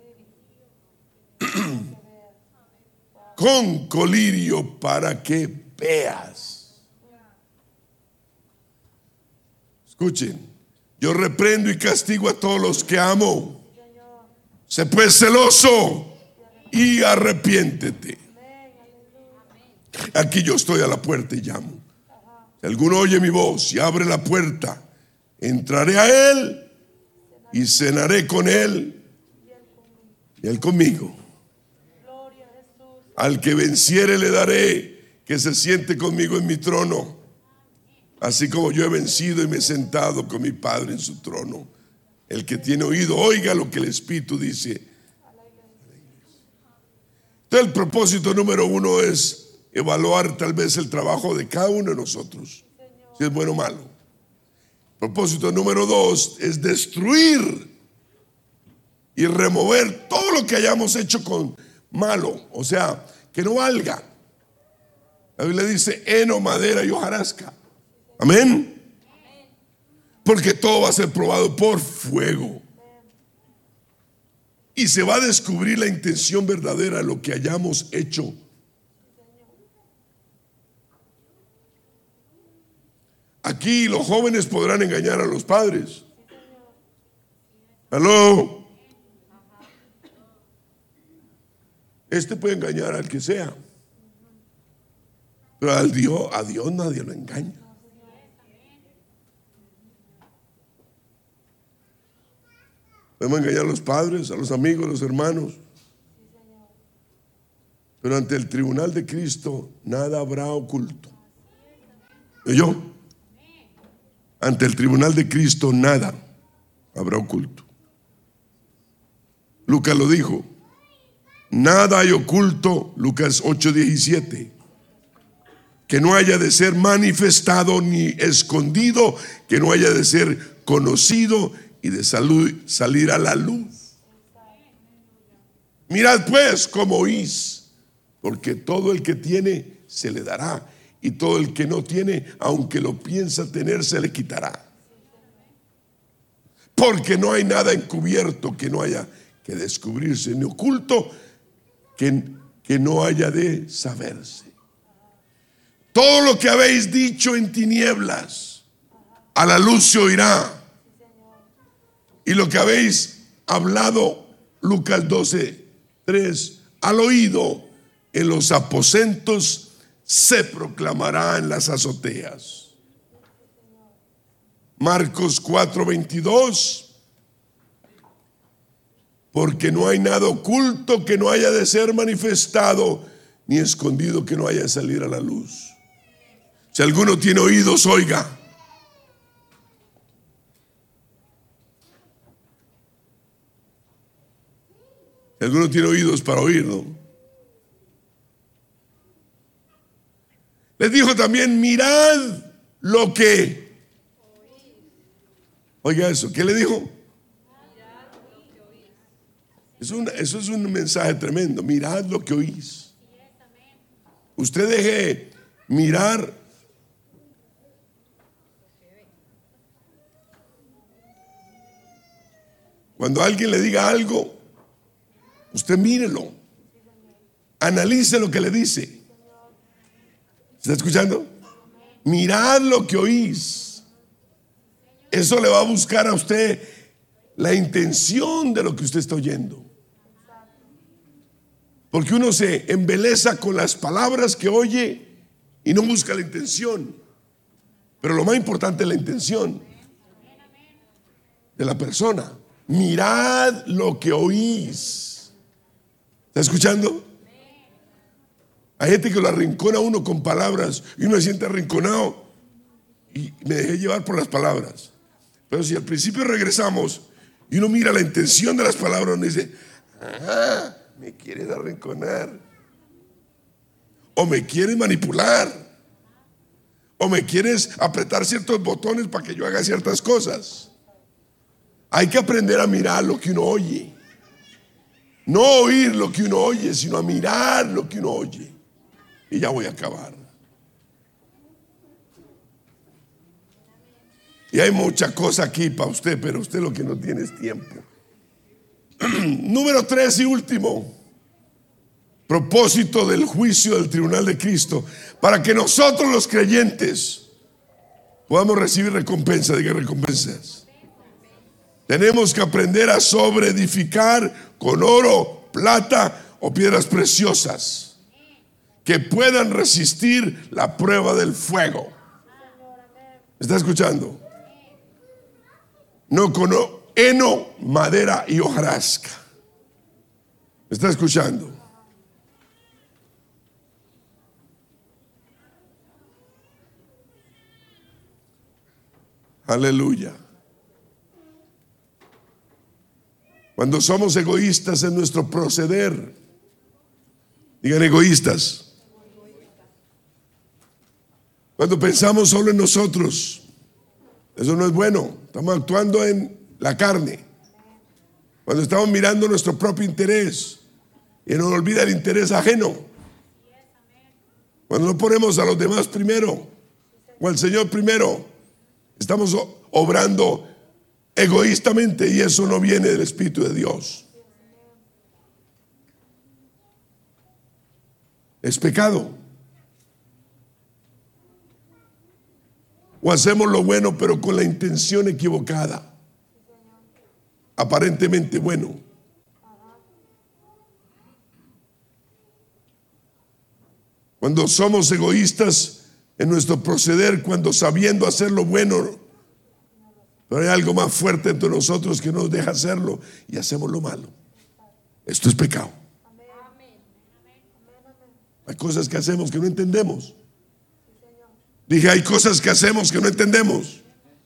con colirio para que veas. Escuchen: yo reprendo y castigo a todos los que amo. Sé pues celoso y arrepiéntete. Aquí yo estoy a la puerta y llamo. Si alguno oye mi voz y abre la puerta, entraré a él y cenaré con él y él conmigo. Al que venciere le daré que se siente conmigo en mi trono, así como yo he vencido y me he sentado con mi Padre en su trono. El que tiene oído, oiga lo que el Espíritu dice. Entonces, el propósito número 1 es evaluar tal vez el trabajo de cada uno de nosotros, si es bueno o malo. Propósito número 2 es destruir y remover todo lo que hayamos hecho con malo, o sea, que no valga. La Biblia dice: heno, madera y hojarasca. Amén. Porque todo va a ser probado por fuego, y se va a descubrir la intención verdadera de lo que hayamos hecho. Aquí los jóvenes podrán engañar a los padres. ¿Aló? Este puede engañar al que sea, pero a Dios nadie lo engaña. Podemos engañar a los padres, a los amigos, a los hermanos, pero ante el tribunal de Cristo nada habrá oculto. ¿Oyó? Ante el tribunal de Cristo nada habrá oculto. Lucas lo dijo: nada hay oculto, Lucas 8:17, que no haya de ser manifestado ni escondido, que no haya de ser conocido y de salir a la luz. Mirad pues cómo oís, porque todo el que tiene se le dará, y todo el que no tiene, aunque lo piensa tener, se le quitará. Porque no hay nada encubierto que no haya que descubrirse, ni oculto que no haya de saberse. Todo lo que habéis dicho en tinieblas, a la luz se oirá. Y lo que habéis hablado, Lucas 12:3, al oído en los aposentos se proclamará en las azoteas. Marcos 4:22, porque no hay nada oculto que no haya de ser manifestado, ni escondido que no haya de salir a la luz. Si alguno tiene oídos, oiga. Si alguno tiene oídos para oír, ¿no? Les dijo también, mirad lo que... Oiga eso, ¿qué le dijo? Eso es un mensaje tremendo. Mirad lo que oís. Usted deje mirar. Cuando alguien le diga algo, usted mírelo. Analice lo que le dice. ¿Está escuchando? Mirad lo que oís. Eso le va a buscar a usted la intención de lo que usted está oyendo. Porque uno se embeleza con las palabras que oye y no busca la intención. Pero lo más importante es la intención de la persona. Mirad lo que oís. ¿Está escuchando? Hay gente que lo arrincona a uno con palabras y uno se siente arrinconado y me dejé llevar por las palabras. Pero si al principio regresamos y uno mira la intención de las palabras, uno dice, me quieres arrinconar, o me quieres manipular, o me quieres apretar ciertos botones para que yo haga ciertas cosas. Hay que aprender a mirar lo que uno oye. No oír lo que uno oye, sino a mirar lo que uno oye. Y ya voy a acabar. Y hay mucha cosa aquí para usted, pero usted lo que no tiene es tiempo. Número 3 y último. Propósito del juicio del tribunal de Cristo. Para que nosotros los creyentes podamos recibir recompensa. Diga recompensas. Tenemos que aprender a sobreedificar con oro, plata o piedras preciosas que puedan resistir la prueba del fuego. ¿Está escuchando? No con heno, madera y hojarasca. ¿Está escuchando? Aleluya. Cuando somos egoístas en nuestro proceder, digan egoístas. Cuando pensamos solo en nosotros, eso no es bueno. Estamos actuando en la carne. Cuando estamos mirando nuestro propio interés y nos olvida el interés ajeno. Cuando no ponemos a los demás primero o al Señor primero, estamos obrando egoístamente y eso no viene del Espíritu de Dios. Es pecado. O hacemos lo bueno pero con la intención equivocada. Aparentemente bueno. Cuando somos egoístas en nuestro proceder, cuando sabiendo hacer lo bueno, pero hay algo más fuerte entre nosotros que nos deja hacerlo y hacemos lo malo. Esto es pecado. Hay cosas que hacemos que no entendemos. Dije, hay cosas que hacemos que no entendemos.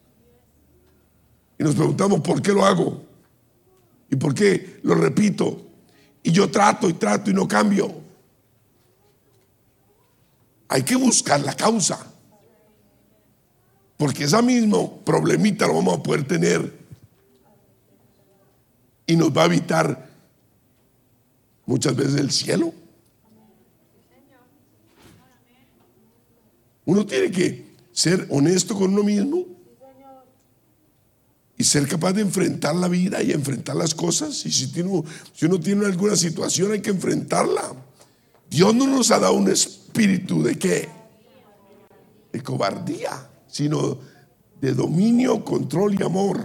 Y nos preguntamos por qué lo hago. Y por qué lo repito. Y yo trato y no cambio. Hay que buscar la causa. Porque ese mismo problemita lo vamos a poder tener. Y nos va a evitar muchas veces el cielo. Uno tiene que ser honesto con uno mismo y ser capaz de enfrentar la vida y enfrentar las cosas. Y si uno tiene alguna situación, hay que enfrentarla. Dios no nos ha dado un espíritu de ¿qué? De cobardía, sino de dominio, control y amor.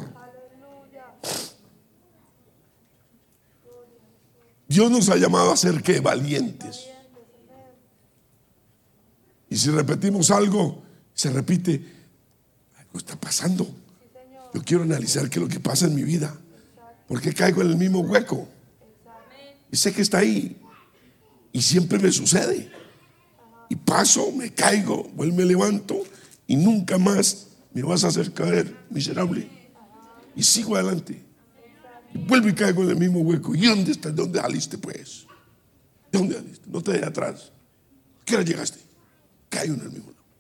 Dios nos ha llamado a ser ¿qué? Valientes. Y si repetimos algo, se repite, algo está pasando. Yo quiero analizar qué es lo que pasa en mi vida. ¿Por qué caigo en el mismo hueco? Y sé que está ahí. Y siempre me sucede. Y paso, me caigo, vuelvo, me levanto y nunca más me vas a hacer caer, miserable. Y sigo adelante. Y vuelvo y caigo en el mismo hueco. ¿Y dónde estás? ¿De dónde saliste, pues? ¿De dónde saliste? No te dejé atrás. ¿A qué hora llegaste? Caigo en el mismo lado.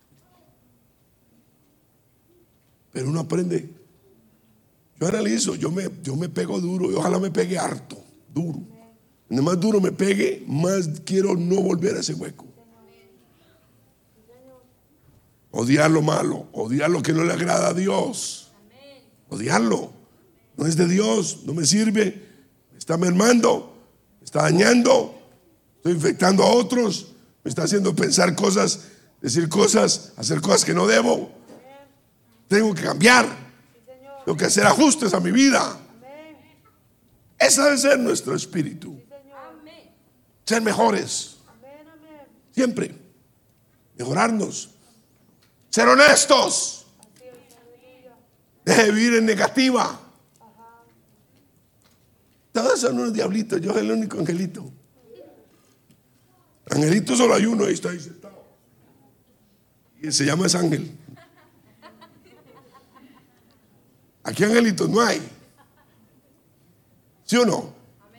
Pero uno aprende. Yo analizo, yo me pego duro y ojalá me pegue harto, duro. Entre más duro me pegue, más quiero no volver a ese hueco. Odiar lo malo, odiar lo que no le agrada a Dios. Odiarlo. No es de Dios, no me sirve, me está mermando, me está dañando, estoy infectando a otros, me está haciendo pensar cosas, decir cosas, hacer cosas que no debo. Tengo que cambiar, tengo que hacer ajustes a mi vida. Ese debe ser nuestro espíritu. Ser mejores, siempre mejorarnos, ser honestos, deje de vivir en negativa. Todos son unos diablitos, yo soy el único angelito. Angelito solo hay uno, ahí está ahí sentado. Y se llama ese ángel. Aquí angelitos no hay. ¿Sí o no?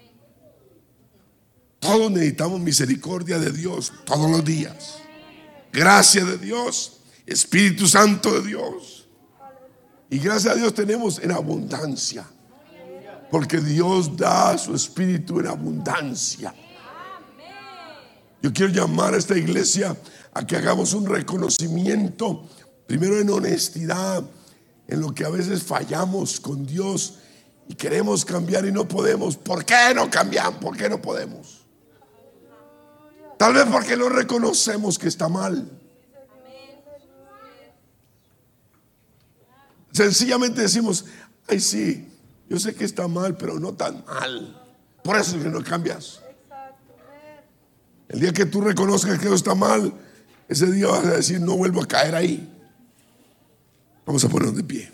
Todos necesitamos misericordia de Dios todos los días. Gracia de Dios, Espíritu Santo de Dios. Y gracias a Dios tenemos en abundancia. Porque Dios da su espíritu en abundancia. Yo quiero llamar a esta iglesia a que hagamos un reconocimiento, primero en honestidad, en lo que a veces fallamos con Dios y queremos cambiar y no podemos. ¿Por qué no cambiamos? ¿Por qué no podemos? Tal vez porque no reconocemos que está mal. Sencillamente decimos, ay sí, yo sé que está mal, pero no tan mal. Por eso es que no cambias. El día que tú reconozcas que eso está mal, ese día vas a decir, no vuelvo a caer ahí. Vamos a ponernos de pie.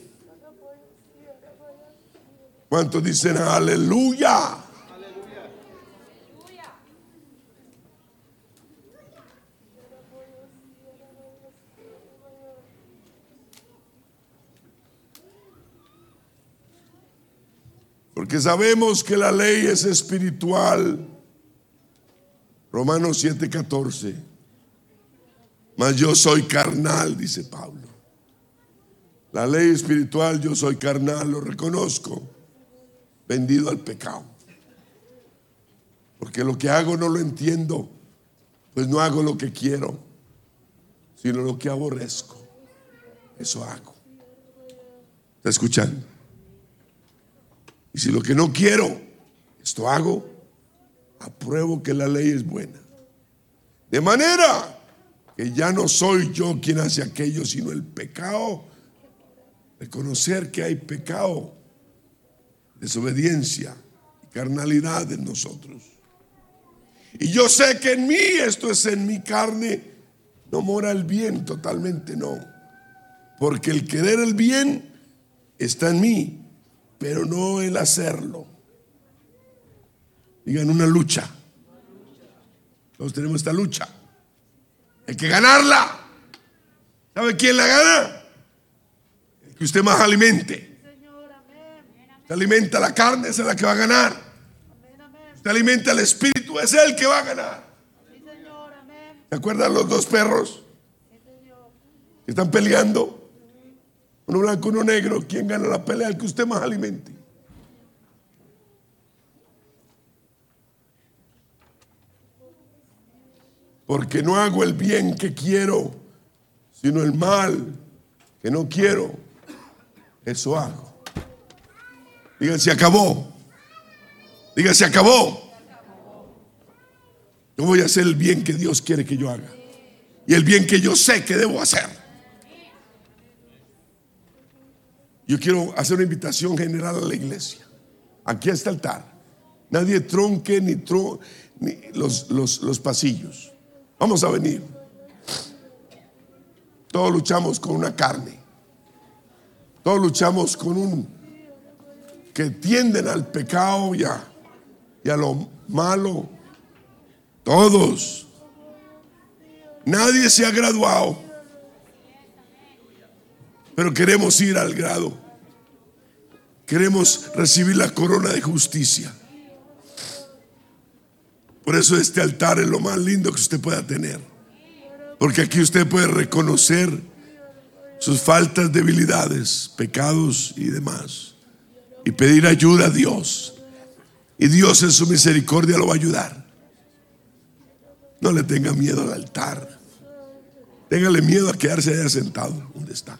¿Cuántos dicen aleluya? Porque sabemos que la ley es espiritual. Romanos 7:14. Mas yo soy carnal, dice Pablo. La ley espiritual, yo soy carnal, lo reconozco, vendido al pecado. Porque lo que hago no lo entiendo, pues no hago lo que quiero, sino lo que aborrezco. Eso hago. ¿Está escuchando? Y si lo que no quiero, esto hago, apruebo que la ley es buena. De manera que ya no soy yo quien hace aquello, sino el pecado. Reconocer que hay pecado, desobediencia y carnalidad en nosotros. Y yo sé que en mí, esto es en mi carne, no mora el bien, totalmente no. Porque el querer el bien está en mí, pero no el hacerlo. Digan, una lucha. Todos tenemos esta lucha. Hay que ganarla. ¿Sabe quién la gana? El que usted más alimente. Usted alimenta la carne, esa es la que va a ganar. Usted alimenta el espíritu, ese es el que va a ganar. ¿Se acuerdan los dos perros que están peleando? Uno blanco, uno negro. ¿Quién gana la pelea? El que usted más alimente. Porque no hago el bien que quiero, sino el mal que no quiero, eso hago. Digan, se acabó. Digan, se acabó. Yo voy a hacer el bien que Dios quiere que yo haga y el bien que yo sé que debo hacer. Yo quiero hacer una invitación general a la iglesia. Aquí está el altar. Nadie tronque ni los pasillos. Vamos a venir. Todos luchamos con una carne. Todos luchamos con que tienden al pecado y a lo malo. Todos. Nadie se ha graduado, pero queremos ir al grado. Queremos recibir la corona de justicia. Por eso este altar es lo más lindo que usted pueda tener, porque aquí usted puede reconocer sus faltas, debilidades, pecados y demás, y pedir ayuda a Dios, y Dios en su misericordia lo va a ayudar. No le tenga miedo al altar. Téngale miedo a quedarse allá sentado donde está.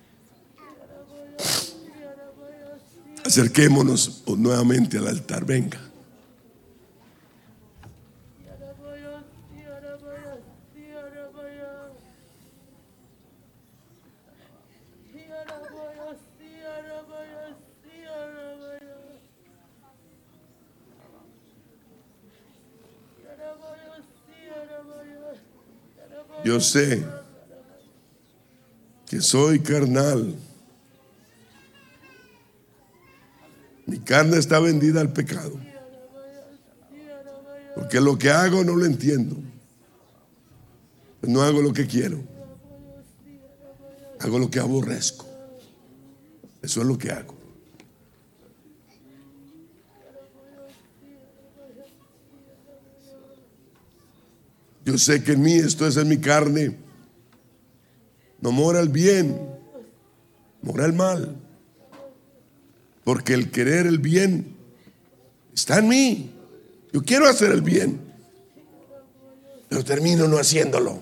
Acerquémonos nuevamente al altar. Venga. Yo sé que soy carnal. Mi carne está vendida al pecado, porque lo que hago no lo entiendo. No hago lo que quiero, hago lo que aborrezco. Eso es lo que hago. Yo sé que en mí, esto es en mi carne, no mora el bien, mora el mal. Porque el querer el bien está en mí. Yo quiero hacer el bien, pero termino no haciéndolo.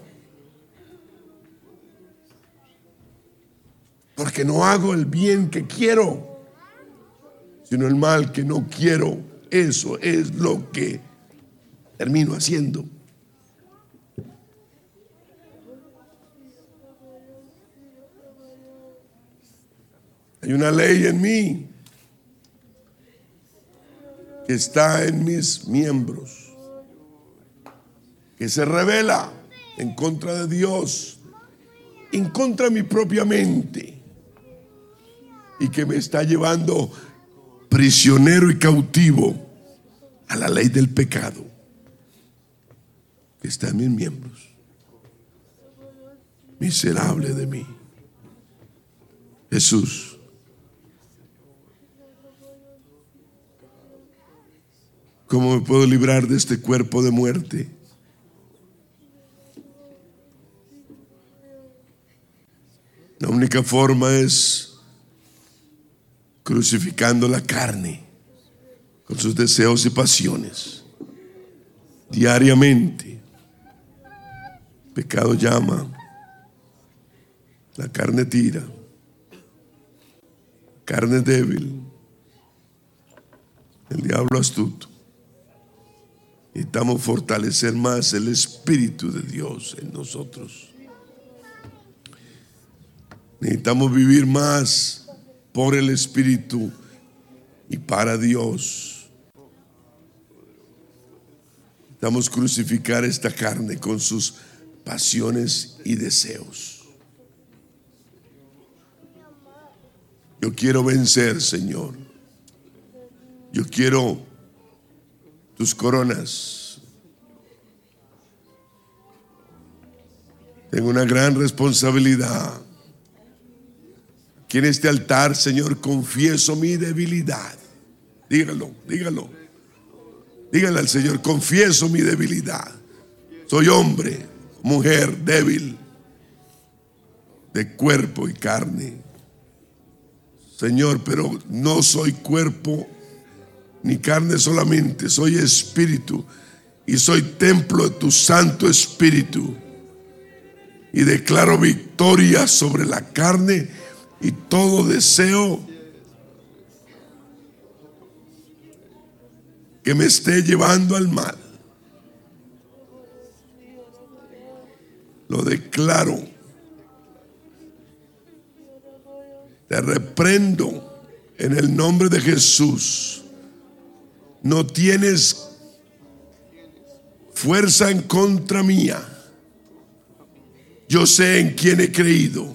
Porque no hago el bien que quiero, sino el mal que no quiero. Eso es lo que termino haciendo. Hay una ley en mí que está en mis miembros, que se revela en contra de Dios, en contra de mi propia mente, y que me está llevando prisionero y cautivo a la ley del pecado que está en mis miembros. Miserable de mí. Jesús, ¿cómo me puedo librar de este cuerpo de muerte? La única forma es crucificando la carne con sus deseos y pasiones diariamente. El pecado llama, la carne tira, carne débil, el diablo astuto. Necesitamos fortalecer más el Espíritu de Dios en nosotros. Necesitamos vivir más por el Espíritu y para Dios. Necesitamos crucificar esta carne con sus pasiones y deseos. Yo quiero vencer, Señor. Yo quiero tus coronas. Tengo una gran responsabilidad. Aquí en este altar, Señor, confieso mi debilidad. Dígalo, dígalo. Dígale al Señor, confieso mi debilidad. Soy hombre, mujer débil, de cuerpo y carne. Señor, pero no soy cuerpo ni carne solamente, soy espíritu y soy templo de tu Santo Espíritu. y declaro victoria sobre la carne y todo deseo que me esté llevando al mal. Lo declaro. Te reprendo en el nombre de Jesús. No tienes fuerza en contra mía. Yo sé en quién he creído.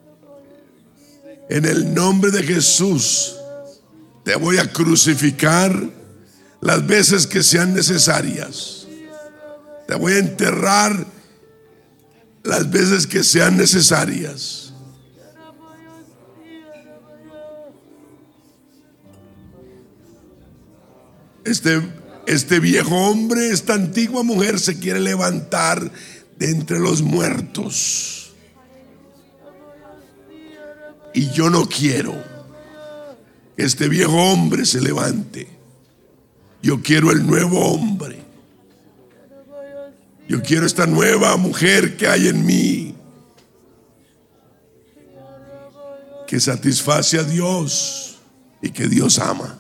En el nombre de Jesús te voy a crucificar las veces que sean necesarias. Te voy a enterrar las veces que sean necesarias. Este viejo hombre, esta antigua mujer se quiere levantar de entre los muertos. Y yo no quiero que este viejo hombre se levante. Yo quiero el nuevo hombre. Yo quiero esta nueva mujer que hay en mí, que satisface a Dios y que Dios ama.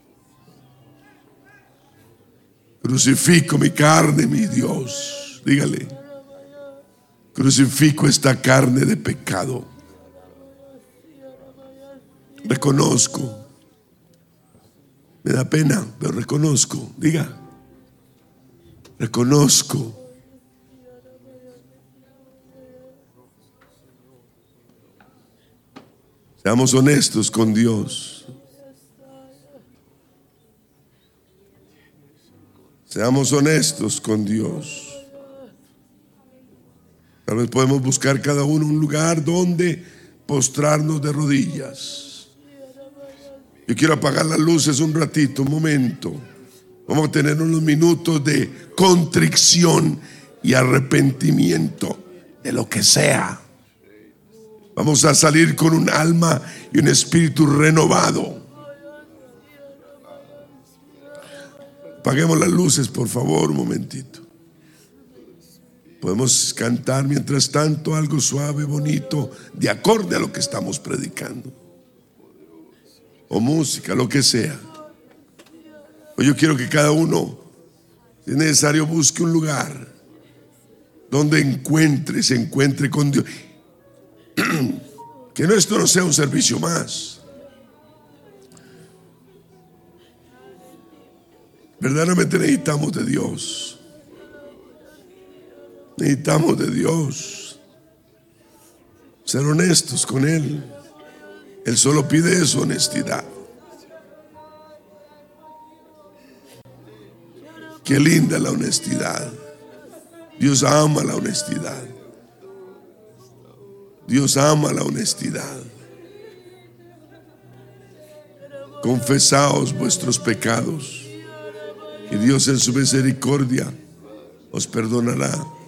Crucifico mi carne, mi Dios. Dígale, crucifico esta carne de pecado. Reconozco. Me da pena, pero reconozco. Diga, reconozco. Seamos honestos con Dios. Seamos honestos con Dios. Tal vez podemos buscar cada uno un lugar donde postrarnos de rodillas. Yo quiero apagar las luces un ratito, un momento. Vamos a tener unos minutos de contrición y arrepentimiento de lo que sea. Vamos a salir con un alma y un espíritu renovado. Apaguemos las luces, por favor, un momentito. Podemos cantar mientras tanto algo suave, bonito, de acorde a lo que estamos predicando. O música, lo que sea. Pues yo quiero que cada uno, si es necesario, busque un lugar donde se encuentre con Dios. Que esto no sea un servicio más. Verdaderamente necesitamos de Dios. Necesitamos de Dios. Ser honestos con Él. Él solo pide eso, honestidad. Qué linda la honestidad. Dios ama la honestidad. Dios ama la honestidad. Confesaos vuestros pecados y Dios en su misericordia os perdonará.